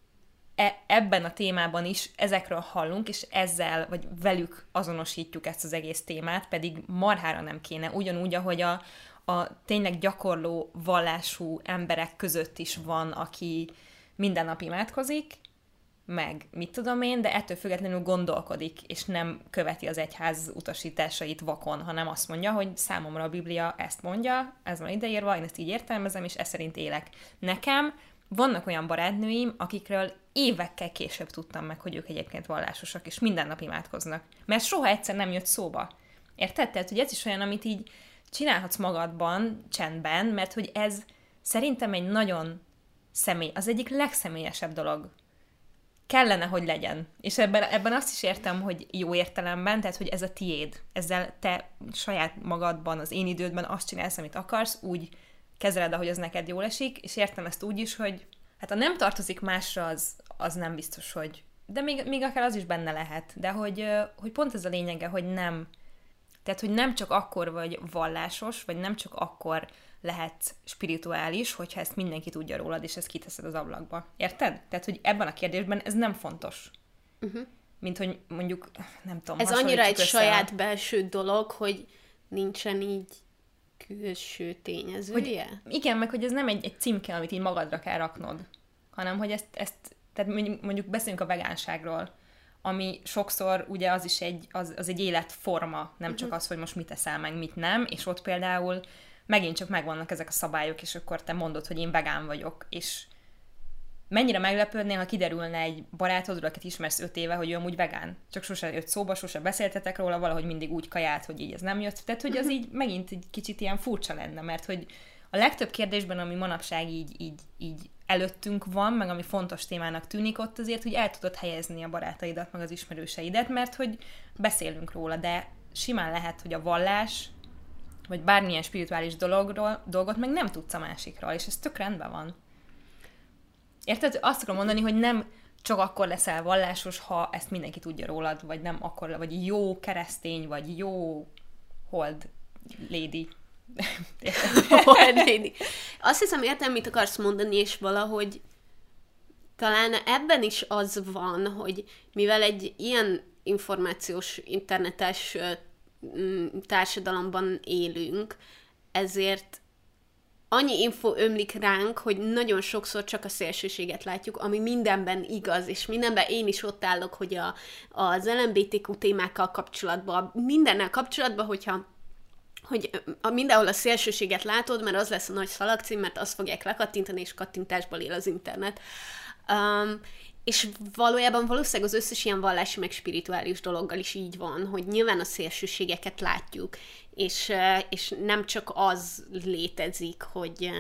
e, ebben a témában is ezekről hallunk, és ezzel, vagy velük azonosítjuk ezt az egész témát, pedig marhára nem kéne. Ugyanúgy, ahogy a, a tényleg gyakorló vallású emberek között is van, aki minden nap imádkozik, meg mit tudom én, de ettől függetlenül gondolkodik, és nem követi az egyház utasításait vakon, hanem azt mondja, hogy számomra a Biblia ezt mondja, ez van ideírva, én ezt így értelmezem, és ez szerint élek. Nekem vannak olyan barátnőim, akikről évekkel később tudtam meg, hogy ők egyébként vallásosak, és minden nap imádkoznak. Mert soha egyszer nem jött szóba. Érted? Tehát, hogy ez is olyan, amit így csinálhatsz magadban, csendben, mert hogy ez szerintem egy nagyon személy, az egyik legszemélyesebb dolog. Kellene, hogy legyen. És ebben, ebben azt is értem, hogy jó értelemben, tehát, hogy ez a tiéd. Ezzel te saját magadban, az én idődben azt csinálsz, amit akarsz, úgy kezeled, ahogy az neked jól esik, és értem ezt úgy is, hogy hát ha nem tartozik másra, az, az nem biztos, hogy... De még, még akár az is benne lehet. De hogy, hogy pont ez a lényege, hogy nem... Tehát, hogy nem csak akkor vagy vallásos, vagy nem csak akkor lehet spirituális, hogyha ezt mindenki tudja rólad, és ezt kiteszed az ablakba. Érted? Tehát, hogy ebben a kérdésben ez nem fontos. Uh-huh. Mint hogy mondjuk, nem tudom... Ez annyira egy saját a... belső dolog, hogy nincsen így külső tényezője? Hogy, igen, meg hogy ez nem egy, egy címke, amit így magadra kell raknod, hanem hogy ezt, ezt tehát mondjuk beszéljünk a vegánságról, ami sokszor ugye az is egy, az, az egy életforma, nem csak az, hogy most mit eszel meg, mit nem, és ott például megint csak megvannak ezek a szabályok, és akkor te mondod, hogy én vegán vagyok, és mennyire meglepődnél, ha kiderülne egy barátodról, akit ismersz öt éve, hogy ő amúgy vegán. Csak sose jött szóba, sose beszéltetek róla, valahogy mindig úgy kajált, hogy így ez nem jött. Tehát, hogy az így megint egy kicsit ilyen furcsa lenne, mert hogy a legtöbb kérdésben, ami manapság így, így, így előttünk van, meg ami fontos témának tűnik ott azért, hogy el tudod helyezni a barátaidat, meg az ismerőseidet, mert hogy beszélünk róla, de simán lehet, hogy a vallás, vagy bármilyen spirituális dologról, dolgot meg nem tudsz a másikról, és ez tök rendben van. Érted? Azt akarom mondani, hogy nem csak akkor leszel vallásos, ha ezt mindenki tudja rólad, vagy nem akkor, vagy jó keresztény, vagy jó hold lady. Hold lady. Azt hiszem, értem, mit akarsz mondani, és valahogy talán ebben is az van, hogy mivel egy ilyen információs, internetes társadalomban élünk, ezért annyi info ömlik ránk, hogy nagyon sokszor csak a szélsőséget látjuk, ami mindenben igaz, és mindenben én is ott állok, hogy a, az el em bé té kú témákkal kapcsolatban, mindennel kapcsolatban, hogyha hogy mindenhol a szélsőséget látod, mert az lesz a nagy szalagcím, mert azt fogják lekattintani, és kattintásból él az internet. Um, és valójában valószínűleg az összes ilyen vallási meg spirituális dologgal is így van, hogy nyilván a szélsőségeket látjuk, és, és nem csak az létezik, hogy,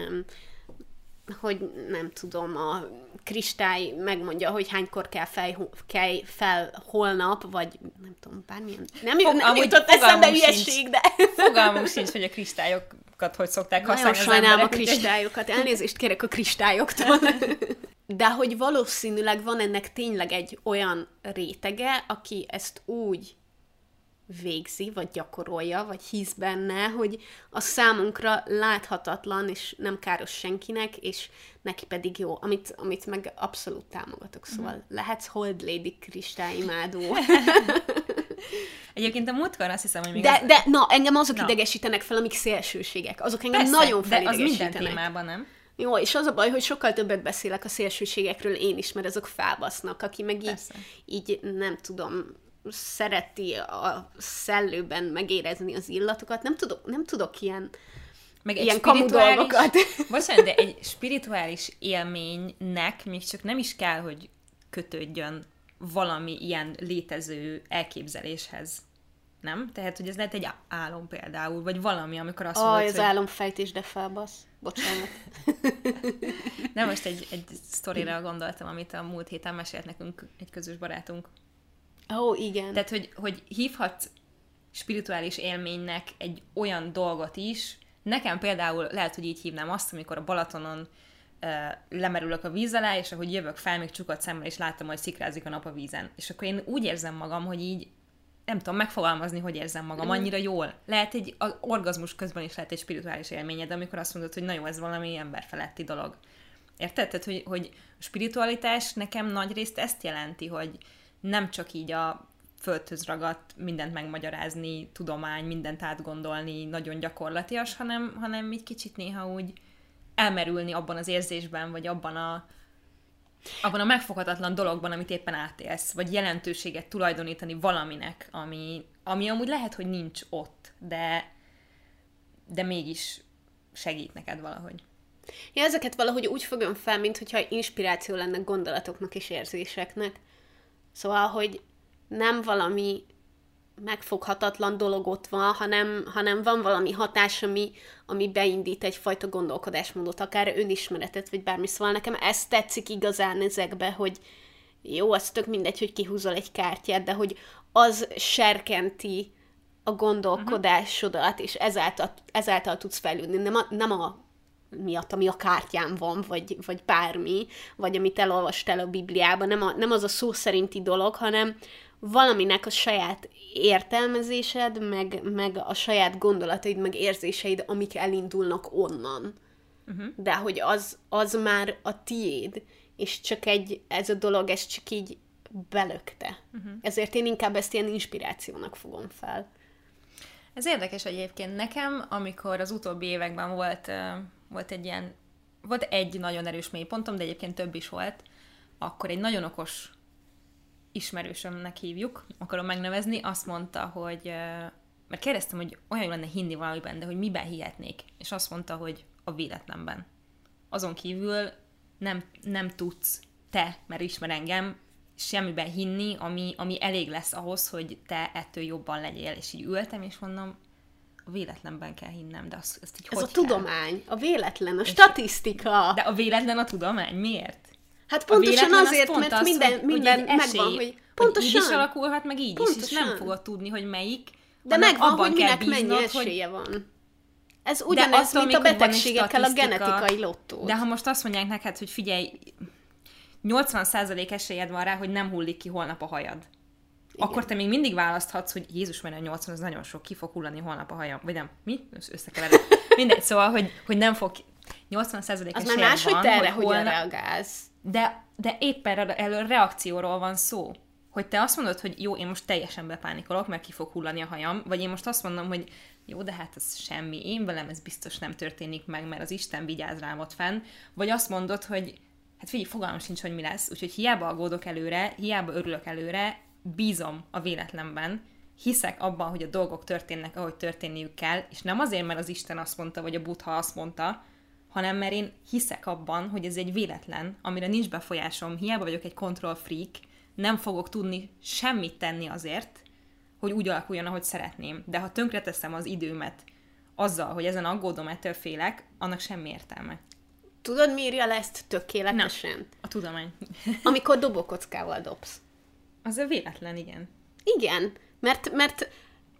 hogy nem tudom, a kristály megmondja, hogy hánykor kell fel, kell fel holnap, vagy nem tudom, bármilyen. Nem, Fog, nem jutott eszembe ügyesség, de... Fogalmunk sincs, hogy a kristályokat hogy szokták használni. Nagyon sajnálom a kristályokat, elnézést kérek a kristályoktól. De hogy valószínűleg van ennek tényleg egy olyan rétege, aki ezt úgy végzi, vagy gyakorolja, vagy hisz benne, hogy a számunkra láthatatlan, és nem káros senkinek, és neki pedig jó, amit, amit meg abszolút támogatok, szóval mm. lehetsz hold lady kristályimádó. Egyébként a múltkor azt hiszem, hogy még de, az... de na, engem azok na. idegesítenek fel, amik szélsőségek. Azok engem Persze, nagyon felidegesítenek. De az minden témában, nem? Jó, és az a baj, hogy sokkal többet beszélek a szélsőségekről én is, mert azok felbasznak, aki meg így, így nem tudom, szereti a szellőben megérezni az illatokat. Nem tudok, nem tudok ilyen, meg ilyen kamu dolgokat. Bocsánat, de egy spirituális élménynek még csak nem is kell, hogy kötődjön valami ilyen létező elképzeléshez. Nem? Tehát, hogy ez lehet egy álom például, vagy valami, amikor azt Aj, mondod, az hogy... álomfejtés, de felbasz. Bocsánat. Nem, most egy, egy sztorira gondoltam, amit a múlt héten mesélt nekünk egy közös barátunk. Ó, oh, igen. Tehát, hogy, hogy hívhatsz spirituális élménynek egy olyan dolgot is. Nekem például lehet, hogy így hívnám azt, amikor a Balatonon uh, lemerülök a víz alá, és ahogy jövök fel, még csukott szemmel, és láttam, hogy szikrázik a nap a vízen. És akkor én úgy érzem magam, hogy így nem tudom megfogalmazni, hogy érzem magam annyira jól. Lehet egy az orgazmus közben is lehet egy spirituális élményed, amikor azt mondod, hogy na jó, ez valami emberfeletti dolog. Érted? Tehát, hogy, hogy a spiritualitás nekem nagyrészt ezt jelenti, hogy nem csak így a földhöz ragadt, mindent megmagyarázni, tudomány, mindent átgondolni, nagyon gyakorlatias, hanem, hanem így kicsit néha úgy elmerülni abban az érzésben, vagy abban a abban a megfoghatatlan dologban, amit éppen átélsz, vagy jelentőséget tulajdonítani valaminek, ami, ami amúgy lehet, hogy nincs ott, de, de mégis segít neked valahogy. Ja, ezeket valahogy úgy fogom fel, mintha inspiráció lenne gondolatoknak és érzéseknek. Szóval, hogy nem valami megfoghatatlan dolog ott van, hanem, hanem van valami hatás, ami, ami beindít egyfajta gondolkodásmódot, akár önismeretet, vagy bármi. Szóval nekem ez tetszik igazán ezekbe, hogy jó, az tök mindegy, hogy kihúzol egy kártyát, de hogy az serkenti a gondolkodásodat, uh-huh. és ezáltal, ezáltal tudsz fejlődni. Nem a, nem a miatt, ami a kártyán van, vagy, vagy bármi, vagy amit elolvastál a Bibliában, nem, a, nem az a szó szerinti dolog, hanem valaminek a saját értelmezésed, meg, meg a saját gondolataid, meg érzéseid, amik elindulnak onnan. Uh-huh. De hogy az, az már a tiéd, és csak egy, ez a dolog, ez csak így belökte. Uh-huh. Ezért én inkább ezt ilyen inspirációnak fogom fel. Ez érdekes egyébként. Nekem, amikor az utóbbi években volt, uh, volt egy ilyen, volt egy nagyon erős mélypontom, de egyébként több is volt, akkor egy nagyon okos ismerősömnek hívjuk, akarom megnevezni, azt mondta, hogy, mert kérdeztem, hogy olyan jó lenne hinni valamiben, de hogy miben hihetnék. És azt mondta, hogy a véletlenben. Azon kívül nem, nem tudsz te, mert ismer engem, semmiben hinni, ami, ami elég lesz ahhoz, hogy te ettől jobban legyél. És így ültem, és mondom, a véletlenben kell hinnem, de azt, azt így Ez hogy a tudomány, kell? A véletlen, a statisztika. De a véletlen a tudomány? Miért? Hát pontosan azért, mert az, minden, hogy, minden hogy megvan, esély, hogy pontosan. Hogy így is alakulhat, meg így pontosan. is, és nem fogod tudni, hogy melyik. De megvan, abban hogy minek bíznod, mennyi esélye hogy... van. Ez ugyanez, mint a betegségekkel a genetikai lottó. De ha most azt mondják neked, hogy figyelj, nyolcvan százalék esélyed van rá, hogy nem hullik ki holnap a hajad. Igen. Akkor te még mindig választhatsz, hogy Jézus, mert a nyolcvan, az nagyon sok, ki fog hullani holnap a hajam. Vagy nem, mi? Összekeverem. Mindegy, szóval, hogy, hogy nem fog... nyolcvan százalék az esélyed már más, van, hogy te erre hogy hogyan holnap... reagálsz. De, de éppen elő reakcióról van szó. Hogy te azt mondod, hogy jó, én most teljesen bepánikolok, mert ki fog hullani a hajam, vagy én most azt mondom, hogy jó, de hát ez semmi, én velem ez biztos nem történik meg, mert az Isten vigyáz rám ott fenn, vagy azt mondod, hogy hát figyelj, fogalmam sincs, hogy mi lesz, úgyhogy hiába aggódok előre, hiába örülök előre, bízom a véletlenben, hiszek abban, hogy a dolgok történnek, ahogy történniük kell, és nem azért, mert az Isten azt mondta, vagy a Buddha azt mondta, hanem mert én hiszek abban, hogy ez egy véletlen, amire nincs befolyásom, hiába vagyok egy control freak, nem fogok tudni semmit tenni azért, hogy úgy alakuljon, ahogy szeretném. De ha tönkreteszem az időmet azzal, hogy ezen aggódom, ettől félek, annak semmi értelme. Tudod, mi írja le ezt tökéletesen? Nem, a tudomány. Amikor dobókockával dobsz. Az a véletlen, igen. Igen, mert, mert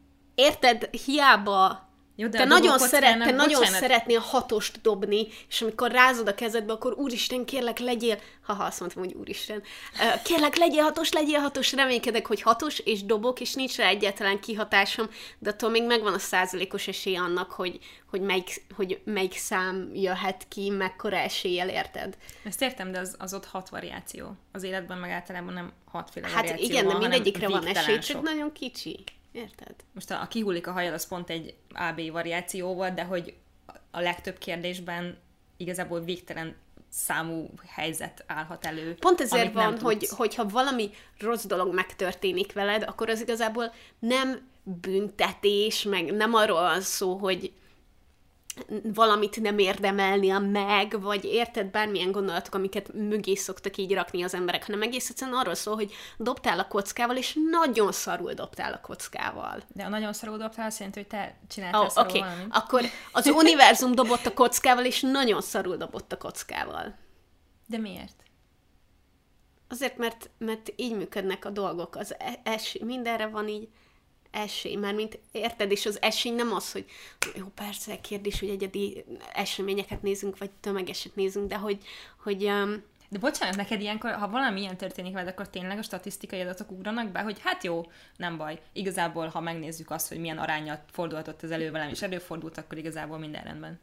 érted, hiába jó, te nagyon, szeret, te nagyon szeretnél hatost dobni, és amikor rázod a kezedbe, akkor úristen, kérlek, legyél, haha, azt mondtam, hogy úristen, kérlek, legyél hatos, legyél hatos, reménykedek, hogy hatos, és dobok, és nincs rá egyáltalán kihatásom, de attól még megvan a százalékos esély annak, hogy, hogy, melyik, hogy melyik szám jöhet ki, mekkora eséllyel, érted? Ezt értem, de az, az ott hat variáció. Az életben meg általában nem hatféle hát variáció igen, van, de mindegyikre van esély, sok. csak nagyon kicsi. Érted? Most a, a kihullik a hajad, az pont egy á bé variáció volt, de hogy a legtöbb kérdésben igazából végtelen számú helyzet állhat elő. Pont ezért van, hogy, hogyha valami rossz dolog megtörténik veled, akkor az igazából nem büntetés, meg nem arról van szó, hogy valamit nem érdemelnél meg, vagy érted, bármilyen gondolatok, amiket mögé szoktak így rakni az emberek, hanem egész egyszerűen arról szól, hogy dobtál a kockával, és nagyon szarul dobtál a kockával. De a nagyon szarul dobtál azt jelenti, hogy te csináltál oh, szarul okay. valamit. Akkor az univerzum dobott a kockával, és nagyon szarul dobott a kockával. De miért? Azért, mert, mert így működnek a dolgok. Az es, mindenre van így esély, mármint érted, és az esély nem az, hogy jó, persze, kérdés, hogy egyedi eseményeket nézünk, vagy tömegeset nézünk, de hogy, hogy um... De bocsánat, neked ilyenkor, ha valami ilyen történik veled, akkor tényleg a statisztikai adatok ugranak be, hogy hát jó, nem baj. Igazából, ha megnézzük azt, hogy milyen arányat fordulhatott ez elő velem, és előfordult, akkor igazából minden rendben.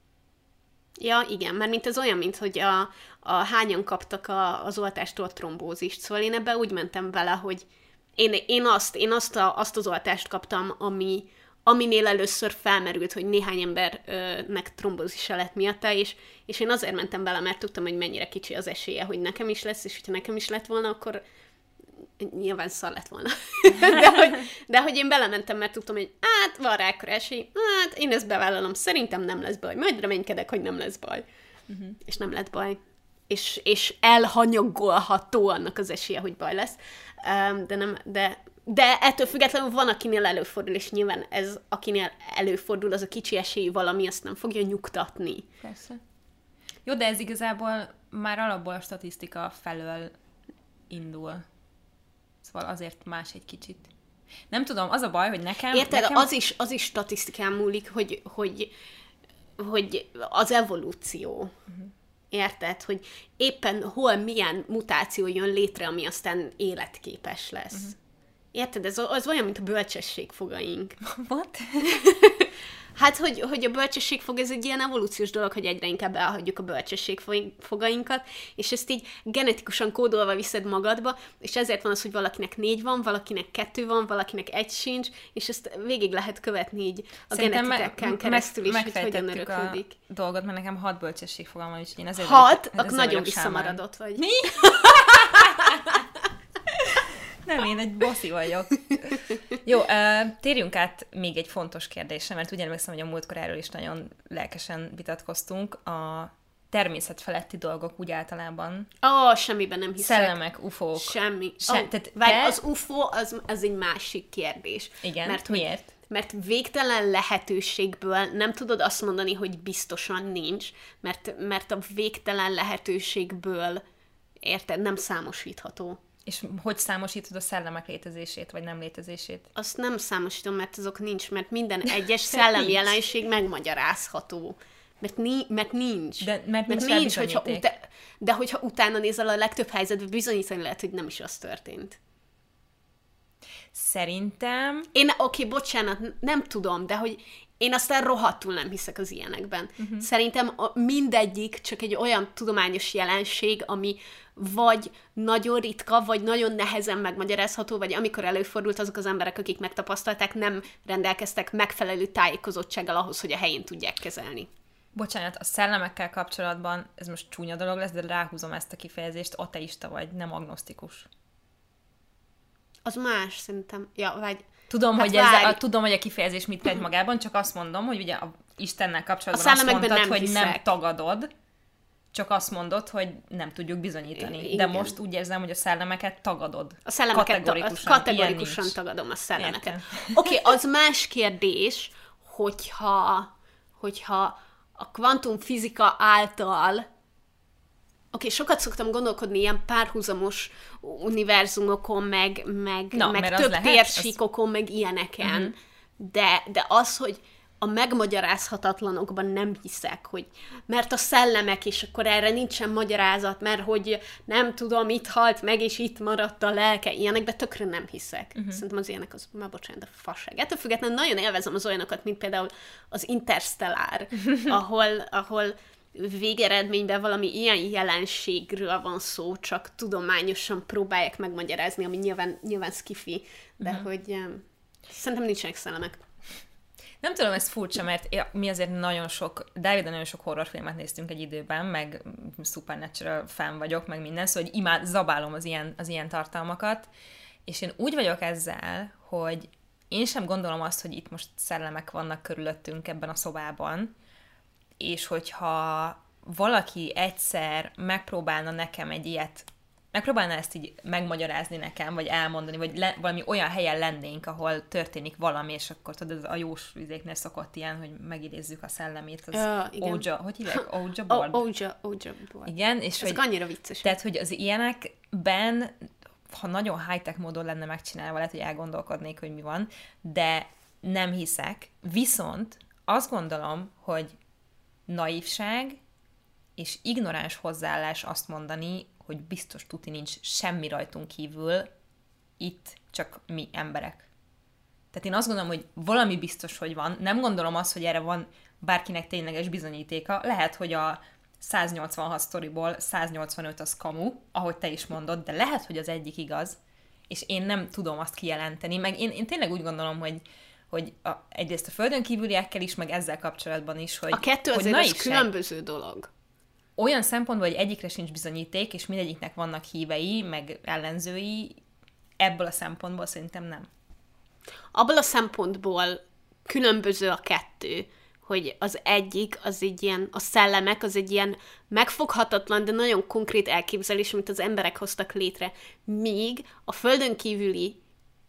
Ja, igen, mert mint ez olyan, mint hogy a, a hányan kaptak a, az oltástól trombózist. Szóval én ebbe úgy mentem vele, hogy én, én, azt, én azt, a, azt az oltást kaptam, ami, aminél először felmerült, hogy néhány embernek trombózisa lett miatta, és, és én azért mentem vele, mert tudtam, hogy mennyire kicsi az esélye, hogy nekem is lesz, és hogyha nekem is lett volna, akkor nyilván szar lett volna. de, hogy, de hogy én belementem, mert tudtam, hogy hát van rá akkor esély, hát én ezt bevállalom, szerintem nem lesz baj, majd reménykedek, hogy nem lesz baj. Uh-huh. És nem lett baj. És, és elhanyagolható annak az esélye, hogy baj lesz. Um, de, nem, de, de ettől függetlenül van, akinél előfordul, és nyilván ez, akinél előfordul, az a kicsi esély valami, azt nem fogja nyugtatni. Persze. Jó, de ez igazából már alapból a statisztika felől indul. Szóval azért más egy kicsit. Nem tudom, az a baj, hogy nekem... Érted, nekem... az, is, az is statisztikán múlik, hogy, hogy, hogy az evolúció. Uh-huh. Érted, hogy éppen hol milyen mutáció jön létre, ami aztán életképes lesz. Uh-huh. Érted, ez az olyan, mint a bölcsességfogaink. What? Hát, hogy, hogy a bölcsességfog, ez egy ilyen evolúciós dolog, hogy egyre inkább elhagyjuk a bölcsességfogainkat, és ezt így genetikusan kódolva viszed magadba, és ezért van az, hogy valakinek négy van, valakinek kettő van, valakinek egy sincs, és ezt végig lehet követni így a Szerintem genetiteken me- keresztül is, me- hogy hogyan öröklődik. a dolgot, mert nekem hat bölcsességfogam van, úgyhogy én azért Hat? vagyok, akkor nagyon visszamaradott vagy. Mi? Nem, én egy bosszi vagyok. Jó, uh, térjünk át még egy fontos kérdésre, mert ugye emlékszem, hogy a múltkor erről is nagyon lelkesen vitatkoztunk. A természet feletti dolgok úgy általában. Ó, oh, semmiben nem hiszek. Szellemek, ufók. Semmi. Se, oh, tehát várj, te... az ufó az, az egy másik kérdés. Igen, mert, miért? Hogy, mert végtelen lehetőségből nem tudod azt mondani, hogy biztosan nincs, mert, mert a végtelen lehetőségből, érted, nem számosítható. És hogy számosítod a szellemek létezését, vagy nem létezését? Azt nem számosítom, mert azok nincs, mert minden egyes szellemjelenség megmagyarázható. Mert, ni- mert nincs. De, mert nincs, mert nincs hogyha uta- de hogyha utána nézel, a legtöbb helyzetben bizonyítani lehet, hogy nem is az történt. Szerintem... Én, oké, okay, bocsánat, nem tudom, de hogy én aztán rohadtul nem hiszek az ilyenekben. Uh-huh. Szerintem a, mindegyik csak egy olyan tudományos jelenség, ami vagy nagyon ritka, vagy nagyon nehezen megmagyarázható, vagy amikor előfordult, azok az emberek, akik megtapasztalták, nem rendelkeztek megfelelő tájékozottsággal ahhoz, hogy a helyén tudják kezelni. Bocsánat, a szellemekkel kapcsolatban, ez most csúnya dolog lesz, de ráhúzom ezt a kifejezést, ateista vagy, nem agnosztikus. Az más, szerintem. Ja, vagy... Tudom, hát hogy ez a, tudom, hogy a kifejezés mit tegy magában, csak azt mondom, hogy ugye a Istennel kapcsolatban azt mondtad, nem hogy hiszek. Nem tagadod, csak azt mondod, hogy nem tudjuk bizonyítani. Igen. De most úgy érzem, hogy a szellemeket tagadod. A szellemeket kategorikusan, ta- kategorikusan tagadom a szellemeket. Oké, okay, az más kérdés, hogyha, hogyha a kvantumfizika által oké, okay, sokat szoktam gondolkodni ilyen párhuzamos univerzumokon, meg, meg, Na, meg több lehet, térsíkokon, az... meg ilyeneken, uh-huh. de, de az, hogy a megmagyarázhatatlanokban nem hiszek, hogy mert a szellemek, és akkor erre nincsen magyarázat, mert hogy nem tudom, itt halt meg, és itt maradt a lelke, ilyenekben tökre nem hiszek. Uh-huh. Szerintem az ilyenek, az már bocsánat, a fasság. Ettől függetlenül nagyon élvezem az olyanokat, mint például az Interstellar, ahol, ahol végeredményben valami ilyen jelenségről van szó, csak tudományosan próbálják megmagyarázni, ami nyilván, nyilván skifi, de uh-huh. hogy um, szerintem nincsenek szellemek. Nem tudom, ez furcsa, mert mi azért nagyon sok, Dáviddal nagyon sok horrorfilmet néztünk egy időben, meg Supernatural fan vagyok, meg minden, szóval hogy imád, zabálom az ilyen, az ilyen tartalmakat, és én úgy vagyok ezzel, hogy én sem gondolom azt, hogy itt most szellemek vannak körülöttünk ebben a szobában, és hogyha valaki egyszer megpróbálna nekem egy ilyet, megpróbálna ezt így megmagyarázni nekem, vagy elmondani, vagy le, valami olyan helyen lennénk, ahol történik valami, és akkor tudod, a jós vizéknél szokott ilyen, hogy megidézzük a szellemét, az uh, Ouija, hogy hívják? Ouija board? Ouija, Ouija board. Igen, és ezek hogy, annyira vicces. Tehát, hogy az ilyenekben, ha nagyon high-tech módon lenne megcsinálva, lehet, hogy elgondolkodnék, hogy mi van, de nem hiszek. Viszont azt gondolom, hogy naívság és ignoráns hozzáállás azt mondani, hogy biztos tuti nincs semmi rajtunk kívül, itt csak mi emberek. Tehát én azt gondolom, hogy valami biztos, hogy van. Nem gondolom azt, hogy erre van bárkinek tényleges bizonyítéka. Lehet, hogy a száznyolcvanhat sztoriból száznyolcvanöt az kamu, ahogy te is mondod, de lehet, hogy az egyik igaz, és én nem tudom azt kijelenteni. Meg én, én tényleg úgy gondolom, hogy hogy a, egyrészt a földön kívüliekkel is, meg ezzel kapcsolatban is, hogy a kettő hogy azért az különböző dolog. Olyan szempontból, hogy egyikre sincs bizonyíték, és mindegyiknek vannak hívei, meg ellenzői, ebből a szempontból szerintem nem. Abból a szempontból különböző a kettő, hogy az egyik, az egy ilyen, a szellemek, az egy ilyen megfoghatatlan, de nagyon konkrét elképzelés, amit az emberek hoztak létre. Míg a földön kívüli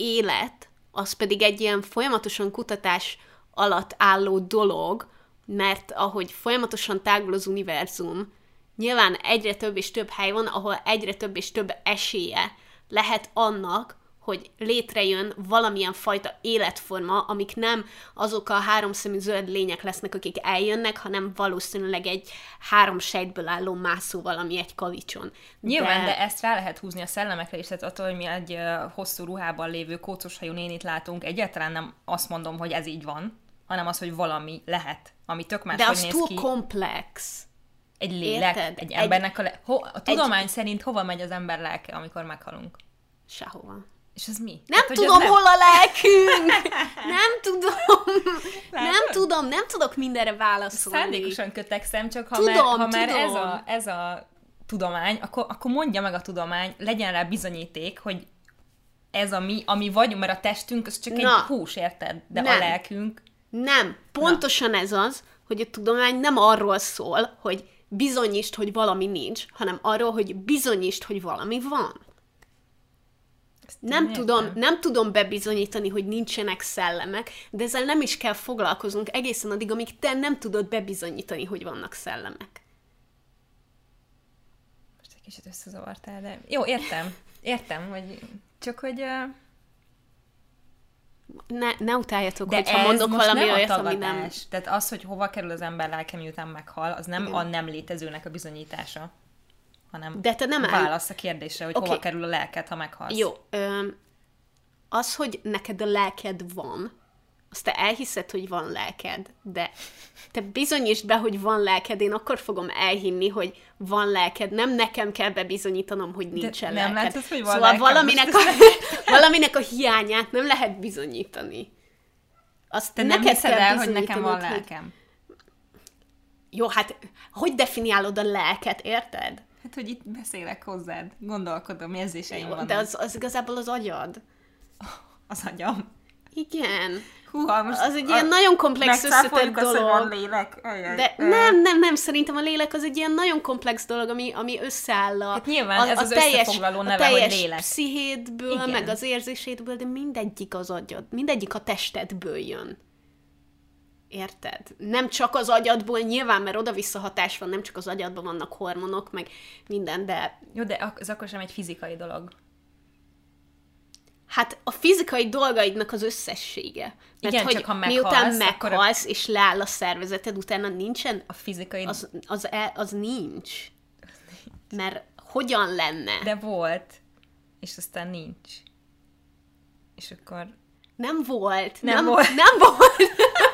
élet, az pedig egy ilyen folyamatosan kutatás alatt álló dolog, mert ahogy folyamatosan tágul az univerzum, nyilván egyre több és több hely van, ahol egyre több és több esélye lehet annak, hogy létrejön valamilyen fajta életforma, amik nem azok a háromszemű zöld lények lesznek, akik eljönnek, hanem valószínűleg egy három sejtből álló mászó valami egy kavicson. Nyilván, de... de ezt rá lehet húzni a szellemekre is, tehát attól, hogy mi egy uh, hosszú ruhában lévő kócoshajú nénit látunk, egyáltalán nem azt mondom, hogy ez így van, hanem az, hogy valami lehet, ami tök más, de hogy az néz túl ki. komplex. Egy lélek, Érted? egy embernek a, le... Ho, a tudomány egy... szerint hova megy az ember lelke, amikor meghalunk? Sehova. És ez mi? Nem hát, tudom, nem... hol a lelkünk! Nem tudom! Nem tudom, nem tudok mindenre válaszolni. Szándékosan kötekszem, csak ha tudom, már, ha már tudom. ez, a, ez a tudomány, akkor, akkor mondja meg a tudomány, legyen rá bizonyíték, hogy ez a mi, ami vagyunk, mert a testünk, az csak Na, egy hús, érted? De nem. A lelkünk... Nem, pontosan Na. ez az, hogy a tudomány nem arról szól, hogy bizonyítsd, hogy valami nincs, hanem arról, hogy bizonyítsd, hogy valami van. Nem tudom, nem tudom bebizonyítani, hogy nincsenek szellemek, de ezzel nem is kell foglalkoznunk egészen addig, amíg te nem tudod bebizonyítani, hogy vannak szellemek. Most egy kicsit összezavartál, de... Jó, értem. Értem, hogy... Csak hogy... Uh... Ne, ne utáljatok, de hogyha mondok valami olyat, ami nem... Tehát az, hogy hova kerül az ember lelke, miután meghal, az nem Igen. a nem létezőnek a bizonyítása, hanem de te nem válasz a kérdésre, hogy okay. hova kerül a lelked, ha meghalsz. Jó. Ö, az, hogy neked a lelked van, azt te elhiszed, hogy van lelked, de te bizonyítsd be, hogy van lelked, én akkor fogom elhinni, hogy van lelked, nem nekem kell bebizonyítanom, hogy nincsen de nem lelked. Látod, hogy van szóval lelkem, valaminek a, valaminek a hiányát nem lehet bizonyítani. Azt te nem hiszed el, hogy nekem van lelkem? Hogy... Jó, hát hogy definiálod a lelket, érted? Hát, hogy itt beszélek hozzád, gondolkodom, érzéseim vannak. De az, az igazából az agyad. Az agyam? Igen. Húha, most az egy ilyen nagyon komplex összetett dolog. Azt, hogy van lélek. Ajaj, de ajaj. nem, nem, nem, szerintem a lélek az egy ilyen nagyon komplex dolog, ami, ami összeáll a, hát nyilván, a, ez a az teljes, összefoglaló neve, a teljes hogy lélek. pszichédből, Igen. meg az érzésédből, de mindegyik az agyad, mindegyik a testedből jön. Érted? Nem csak az agyadból, nyilván, mert oda-vissza hatás van, nem csak az agyadban vannak hormonok, meg minden, de... Jó, de az akkor sem egy fizikai dolog. Hát a fizikai dolgaidnak az összessége. Mert Igen, hogy csak ha meghalsz, miután meghalsz, a... és leáll a szervezeted, utána nincsen... A fizikai... Az, az, az, az nincs. Mert hogyan lenne? De volt. És aztán nincs. És akkor... Nem volt. Nem, nem volt. Nem volt.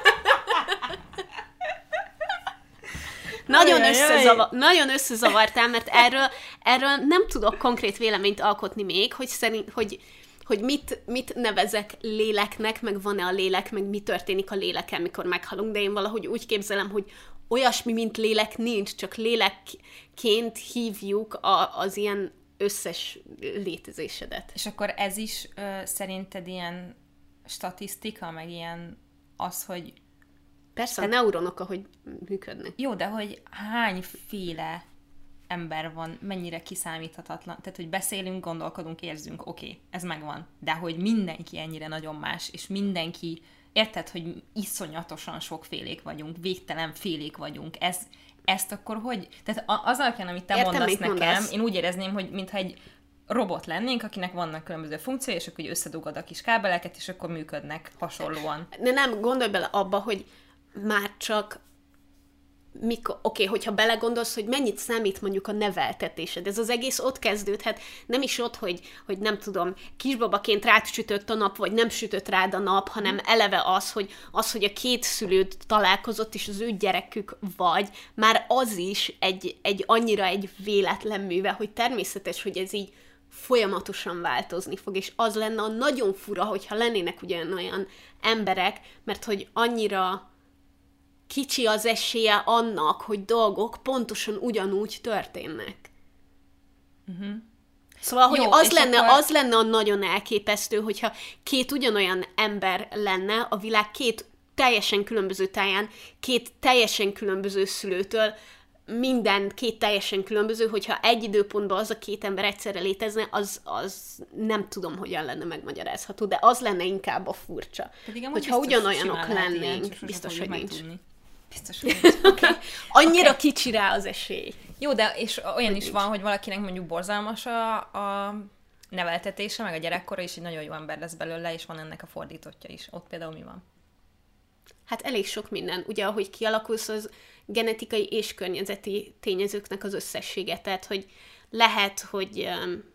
Nagyon, összezavar, nagyon összezavartál, mert erről, erről nem tudok konkrét véleményt alkotni még, hogy, szerint, hogy, hogy mit, mit nevezek léleknek, meg van-e a lélek, meg mi történik a lélekkel, mikor meghalunk, de én valahogy úgy képzelem, hogy olyasmi, mint lélek nincs, csak lélekként hívjuk a, az ilyen összes létezésedet. És akkor ez is ö, szerinted ilyen statisztika, meg ilyen az, hogy Persze, hát, a neuronok, ahogy működnek. Jó, de hogy hányféle ember van, mennyire kiszámíthatatlan. Tehát, hogy beszélünk, gondolkodunk, érzünk, oké, okay, ez megvan. De hogy mindenki ennyire nagyon más, és mindenki, érted, hogy iszonyatosan sokfélék vagyunk, végtelen félék vagyunk. Ez, ezt akkor hogy? Tehát az alapján, amit te Értem, mondasz nekem, mondasz. Én úgy érezném, hogy mintha egy robot lennénk, akinek vannak különböző funkciói, és akkor összedugod a kis kábeleket, és akkor működnek hasonlóan. De nem, gondolj bele abba, hogy már csak mikor, oké, okay, hogyha belegondolsz, hogy mennyit számít mondjuk a neveltetésed. Ez az egész ott kezdődhet, nem is ott, hogy, hogy nem tudom, kisbabaként rád sütött a nap, vagy nem sütött rád a nap, hanem eleve az, hogy az, hogy a két szülőd találkozott, és az ő gyerekük vagy, már az is egy, egy annyira egy véletlen műve, hogy természetes, hogy ez így folyamatosan változni fog, és az lenne a nagyon fura, hogyha lennének ugyanolyan emberek, mert hogy annyira kicsi az esélye annak, hogy dolgok pontosan ugyanúgy történnek. Uh-huh. Szóval, hogy Jó, az, lenne, akkor... az lenne a nagyon elképesztő, hogyha két ugyanolyan ember lenne a világ két teljesen különböző táján, két teljesen különböző szülőtől, minden két teljesen különböző, hogyha egy időpontban az a két ember egyszerre létezne, az, az nem tudom, hogyan lenne megmagyarázható, de az lenne inkább a furcsa. Pedig hogyha ugyanolyanok lennénk, ilyen, biztos, hogy nincs. Megtudni. Biztos, hogy nincs. Okay. Annyira okay. Kicsi rá az esély. Jó, de és olyan hogy is nincs. Van, hogy valakinek mondjuk borzalmas a, a neveltetése, meg a gyerekkora, és egy nagyon jó ember lesz belőle, és van ennek a fordítottja is. Ott például mi van? Hát elég sok minden. Ugye, ahogy kialakulsz, az genetikai és környezeti tényezőknek az összessége. Tehát, hogy lehet, hogy um,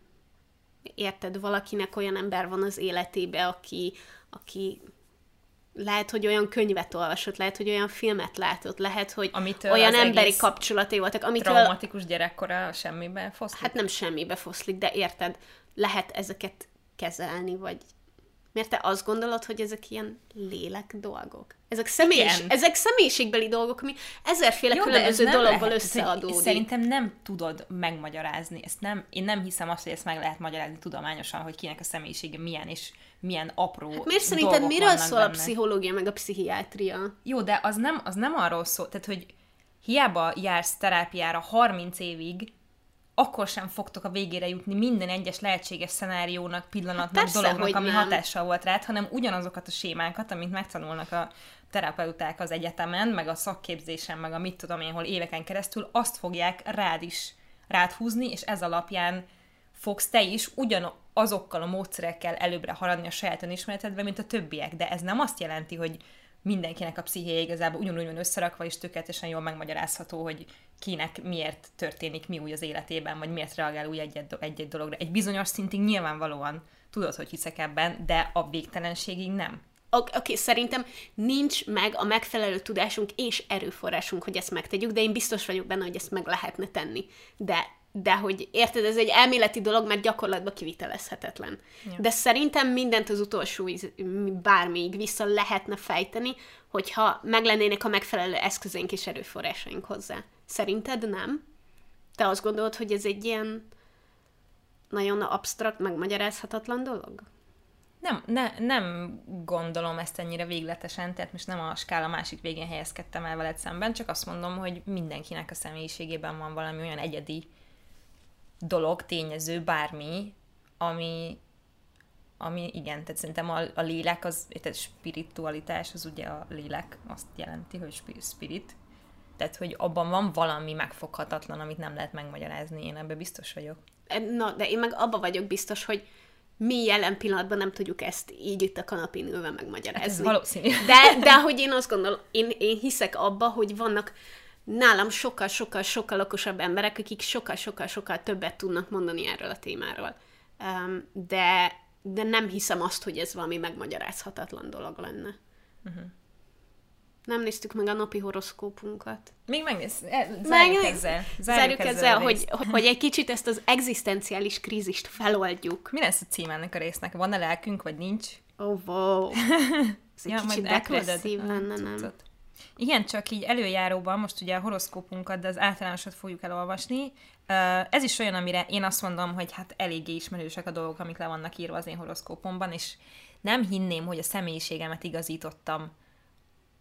érted, valakinek olyan ember van az életébe, aki, aki lehet, hogy olyan könyvet olvasott, lehet, hogy olyan filmet látott, lehet, hogy amitől olyan emberi kapcsolatai voltak, amitől... Traumatikus gyerekkora semmibe foszlik? Hát nem semmibe foszlik, de érted, lehet ezeket kezelni, vagy... Mert te azt gondolod, hogy ezek ilyen lélek dolgok? Ezek, személyis, ezek személyiségbeli dolgok, ami ezerféle Jó, különböző dologból összeadódik. Szerintem nem tudod megmagyarázni. Ezt nem, én nem hiszem azt, hogy ezt meg lehet magyarázni tudományosan, hogy kinek a személyisége milyen, és milyen apró hát miért szerinted miről szól benne? A pszichológia meg a pszichiátria? Jó, de az nem, az nem arról szól, tehát, hogy hiába jársz terápiára harminc évig, akkor sem fogtok a végére jutni minden egyes lehetséges szenáriónak, pillanatnak, hát persze, dolognak, ami nem. hatással volt rád, hanem ugyanazokat a sémákat, amit megtanulnak a terapeuták az egyetemen, meg a szakképzésen, meg a mit tudom én, hol éveken keresztül, azt fogják rád is rád húzni, és ez alapján fogsz te is ugyanazokkal a módszerekkel előbbre haladni a saját önismeretedben, mint a többiek. De ez nem azt jelenti, hogy mindenkinek a pszichéje igazából ugyanúgy van összerakva, és tökéletesen jól megmagyarázható, hogy kinek miért történik mi új az életében, vagy miért reagál úgy egy-egy, egy-egy dologra. Egy bizonyos szintig nyilvánvalóan tudod, hogy hiszek ebben, de a végtelenségig nem. Oké, okay, szerintem nincs meg a megfelelő tudásunk és erőforrásunk, hogy ezt megtegyük, de én biztos vagyok benne, hogy ezt meg lehetne tenni. De, de hogy érted, ez egy elméleti dolog, mert gyakorlatban kivitelezhetetlen. Ja. De szerintem mindent az utolsó bármíg vissza lehetne fejteni, hogyha meglennének a megfelelő eszközénk és erőforrásaink hozzá. Szerinted nem? Te azt gondolod, hogy ez egy ilyen nagyon absztrakt, megmagyarázhatatlan dolog? Nem, ne, nem gondolom ezt ennyire végletesen, tehát most nem a skála másik végén helyezkedtem el veled szemben, csak azt mondom, hogy mindenkinek a személyiségében van valami olyan egyedi dolog, tényező, bármi, ami, ami igen, tehát szerintem a, a lélek, az, tehát spiritualitás, az ugye a lélek azt jelenti, hogy spirit, tehát hogy abban van valami megfoghatatlan, amit nem lehet megmagyarázni, én ebben biztos vagyok. Na, de én meg abban vagyok biztos, hogy mi jelen pillanatban nem tudjuk ezt így itt a kanapén ülve megmagyarázni. Hát ez valószínű. De, de hogy én azt gondolom, én, én hiszek abba, hogy vannak nálam sokkal-sokkal-sokkal okosabb emberek, akik sokkal-sokkal-sokkal többet tudnak mondani erről a témáról. Um, de, de nem hiszem azt, hogy ez valami megmagyarázhatatlan dolog lenne. Uh-huh. Nem néztük meg a napi horoszkópunkat. Még megnéz, zárjuk ezzel. Zárjuk ezzel, hogy, hogy egy kicsit ezt az egzisztenciális krízist feloldjuk. Mi lesz a cím ennek a résznek? Van-e lelkünk, vagy nincs? Oh, wow. Ez egy ja, kicsit depresszív lenne, nem? Igen, csak így előjáróban, most ugye a horoszkópunkat, de az általánosat fogjuk elolvasni. Ez is olyan, amire én azt mondom, hogy hát eléggé ismerősek a dolgok, amik le vannak írva az én horoszkópomban, és nem hinném, hogy a személyiségemet igazítottam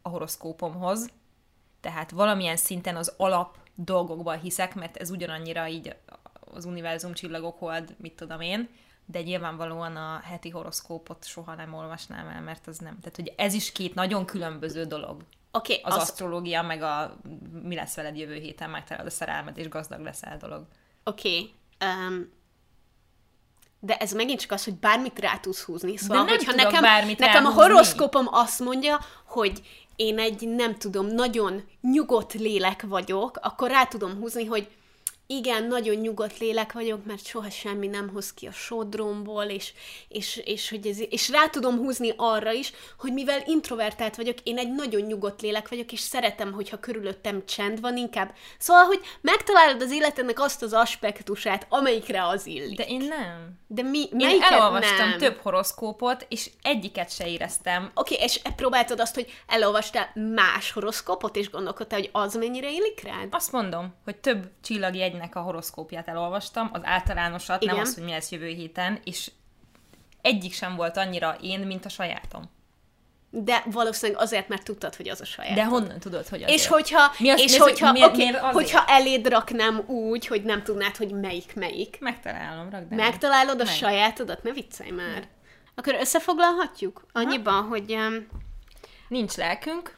a horoszkópomhoz, tehát valamilyen szinten az alap dolgokban hiszek, mert ez ugyanannyira így az univerzum, csillagok, hold, mit tudom én, de nyilvánvalóan a heti horoszkópot soha nem olvasnám el, mert az nem. Tehát, hogy ez is két nagyon különböző dolog. Okay, az, az asztrológia, meg a mi lesz veled jövő héten, megtalálod a szerelmet, és gazdag leszel dolog. Oké. Okay. Um, de ez megint csak az, hogy bármit rá tudsz húzni. Szóval, de nem hogyha tudok nekem, bármit nekem a ráhúzni. horoszkópom azt mondja, hogy én egy, nem tudom, nagyon nyugodt lélek vagyok, akkor rá tudom húzni, hogy igen, nagyon nyugodt lélek vagyok, mert soha semmi nem hoz ki a sodromból, és, és, és, hogy ez, és rá tudom húzni arra is, hogy mivel introvertált vagyok, én egy nagyon nyugodt lélek vagyok, és szeretem, hogyha körülöttem csend van inkább. Szóval, hogy megtalálod az életednek azt az aspektusát, amelyikre az illik. De én nem. De mi, Én elolvastam nem? több horoszkópot, és egyiket se éreztem. Oké, okay, és próbáltad azt, hogy elolvastál más horoszkópot, és gondolkodtál, hogy az mennyire illik rád? Azt mondom, hogy több csillagjegynek a horoszkópját elolvastam, az általánosat, igen. Nem az, hogy mi lesz jövő héten, és egyik sem volt annyira én, mint a sajátom. De valószínűleg azért, mert tudtad, hogy az a saját. De honnan tudod, hogy azért? És hogyha, mi az, és mi hogyha, miért, okay, miért hogyha eléd raknám úgy, hogy nem tudnád, hogy melyik melyik. Megtalálom, rakd el. Megtalálod a Meg. sajátodat? Ne viccelj már. Meg. Akkor összefoglalhatjuk? Annyiban, ha? hogy... Um... Nincs lelkünk.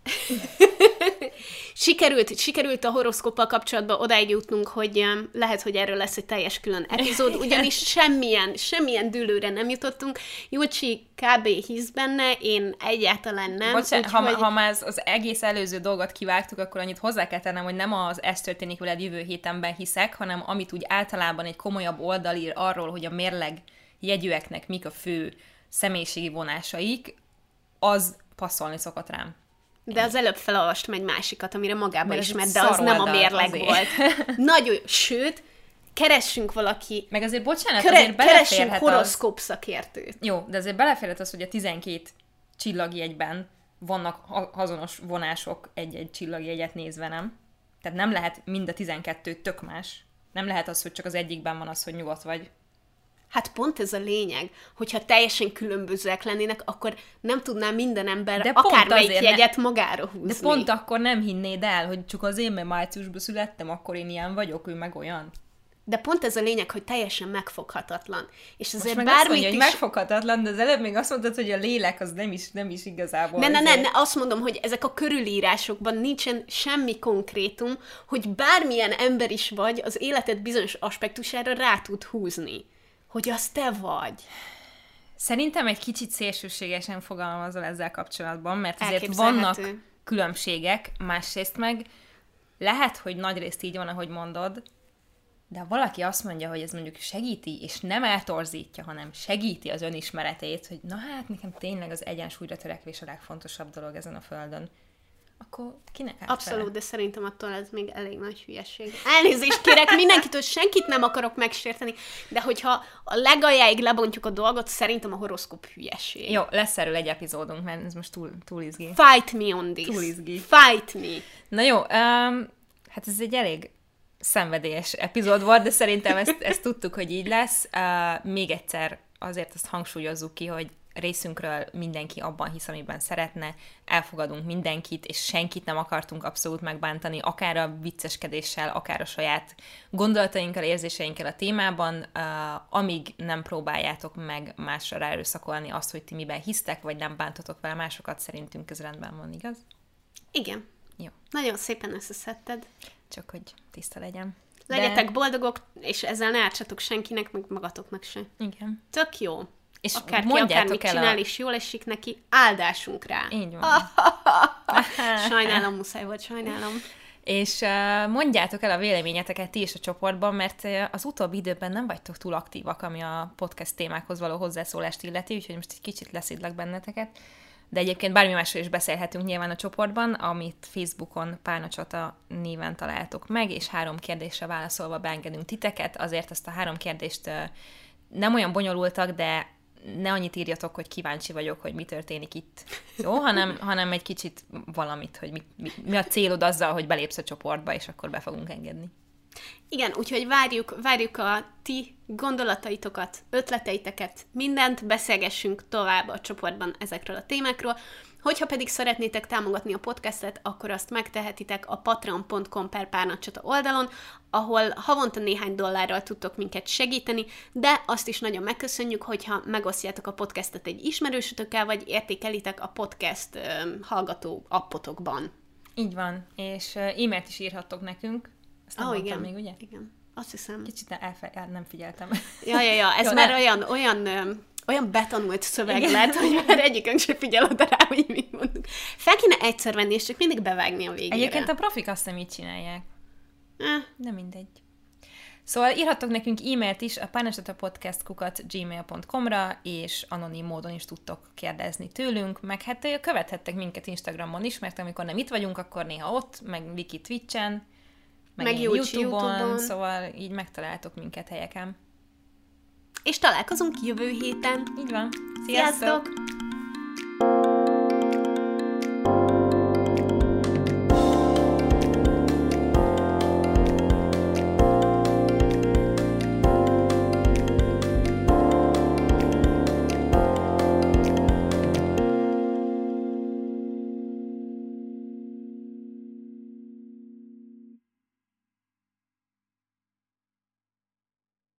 sikerült, sikerült a horoszkóppal kapcsolatban odáig jutnunk, hogy um, lehet, hogy erről lesz egy teljes külön epizód, ugyanis semmilyen, semmilyen dűlőre nem jutottunk. Júcsi kb. Hisz benne, én egyáltalán nem. Bocsánat, ha, hogy... ha már az egész előző dolgot kivágtuk, akkor annyit hozzá kell tennem, hogy nem az ez történik veled jövő hétenben hiszek, hanem amit úgy általában egy komolyabb oldal ír arról, hogy a mérleg jegyűeknek mik a fő személyiségi vonásaik, az passzolni szokott rám. De az előbb felolvastam egy másikat, amire magába mert ismert, de az nem a mérleg azért. Volt. Nagyon, sőt, keressünk valaki... Meg azért, bocsánat, köre, azért beleférhet keressünk horoszkóp szakértőt. Jó, de azért beleférhet az, hogy a tizenkét csillagjegyben vannak azonos vonások egy-egy csillagjegyet nézve, nem? Tehát nem lehet mind a tizenkettő tök más. Nem lehet az, hogy csak az egyikben van az, hogy nyugodt vagy. Hát pont ez a lényeg, hogyha teljesen különbözőek lennének, akkor nem tudná minden ember de akármelyik jegyet ne... magára húzni. De pont akkor nem hinnéd el, hogy csak az én, mert márciusban születtem, akkor én ilyen vagyok, ő meg olyan. De pont ez a lényeg, hogy teljesen megfoghatatlan. És azért most meg bármit azt mondja, is... hogy megfoghatatlan, de az előbb még azt mondtad, hogy a lélek az nem is, nem is igazából. Ne, ne, ne, ne, azt mondom, hogy ezek a körülírásokban nincsen semmi konkrétum, hogy bármilyen ember is vagy, az életed bizonyos aspektusára rá tud húzni. Hogy az te vagy. Szerintem egy kicsit szélsőségesen fogalmazol ezzel kapcsolatban, mert azért vannak különbségek, másrészt meg lehet, hogy nagyrészt így van, ahogy mondod, de valaki azt mondja, hogy ez mondjuk segíti, és nem eltorzítja, hanem segíti az önismeretét, hogy na hát nekem tényleg az egyensúlyra törekvés a legfontosabb dolog ezen a földön. Akkor kinek árt Abszolút, vele? De szerintem attól ez még elég nagy hülyeség. Elnézést kérek mindenkitől, senkit nem akarok megsérteni, de hogyha a legaljáig lebontjuk a dolgot, szerintem a horoszkóp hülyeség. Jó, lesz erről egy epizódunk, mert ez most túl, túl izgi. Fight me on this. Túl izgi. Fight me. Na jó, um, hát ez egy elég szenvedélyes epizód volt, de szerintem ezt, ezt tudtuk, hogy így lesz. Uh, még egyszer azért azt hangsúlyozzuk ki, hogy részünkről mindenki abban hisz, amiben szeretne, elfogadunk mindenkit, és senkit nem akartunk abszolút megbántani, akár a vicceskedéssel, akár a saját gondolatainkkal, érzéseinkkel a témában, uh, amíg nem próbáljátok meg másra ráerőszakolni azt, hogy ti miben hisztek, vagy nem bántotok vele másokat, szerintünk ez rendben van, igaz? Igen. Jó. Nagyon szépen összeszedted. Csak hogy tiszta legyen. Legyetek De... boldogok, és ezzel ne ártsatok senkinek, meg magatoknak se. Igen. Tök jó. És akárki akármit csinál, a... és jól esik neki, áldásunk rá. Így van. Sajnálom, muszáj volt, sajnálom. És uh, mondjátok el a véleményeteket ti is a csoportban, mert uh, az utóbbi időben nem vagytok túl aktívak, ami a podcast témákhoz való hozzászólást illeti, úgyhogy most egy kicsit leszidlak benneteket. De egyébként bármi másról is beszélhetünk nyilván a csoportban, amit Facebookon Pálna Csata néven találtok meg, és három kérdésre válaszolva beengedünk titeket. Azért ezt a három kérdést uh, nem olyan bonyolultak, de ne annyit írjatok, hogy kíváncsi vagyok, hogy mi történik itt, jó? Hanem, hanem egy kicsit valamit, hogy mi, mi, mi a célod azzal, hogy belépsz a csoportba, és akkor be fogunk engedni. Igen, úgyhogy várjuk, várjuk a ti gondolataitokat, ötleteiteket, mindent, beszélgessünk tovább a csoportban ezekről a témákról. Hogyha pedig szeretnétek támogatni a podcastet, akkor azt megtehetitek a patreon pont com per párnagycsata oldalon, ahol havonta néhány dollárral tudtok minket segíteni, de azt is nagyon megköszönjük, hogyha megosztjátok a podcastet egy ismerősötökkel, vagy értékelitek a podcast ö, hallgató appotokban. Így van, és e-mailt is írhattok nekünk. Azt nem oh, mondtam igen. még, ugye? Igen, azt hiszem. Kicsit elfe- nem figyeltem. Ja, ja, ja, ez Jó, már nem. olyan, olyan, ö, olyan betanult szöveg lett, hogy már egyikünk sem figyel oda rá, hogy mit mondunk. Fel kéne egyszer venni, és csak mindig bevágni a végére. Egyébként a profik azt nem így csinálják. Eh. De mindegy. Szóval írhattok nekünk e-mailt is a párnagycsatapodcast kukac gmail pont com-ra, és anonim módon is tudtok kérdezni tőlünk, meg hát követhettek minket Instagramon is, mert amikor nem itt vagyunk, akkor néha ott, meg Viki Twitchen, meg, meg YouTube-on, YouTube-on, szóval így megtaláltok minket helyeken. És találkozunk jövő héten. Így van. Sziasztok! Sziasztok!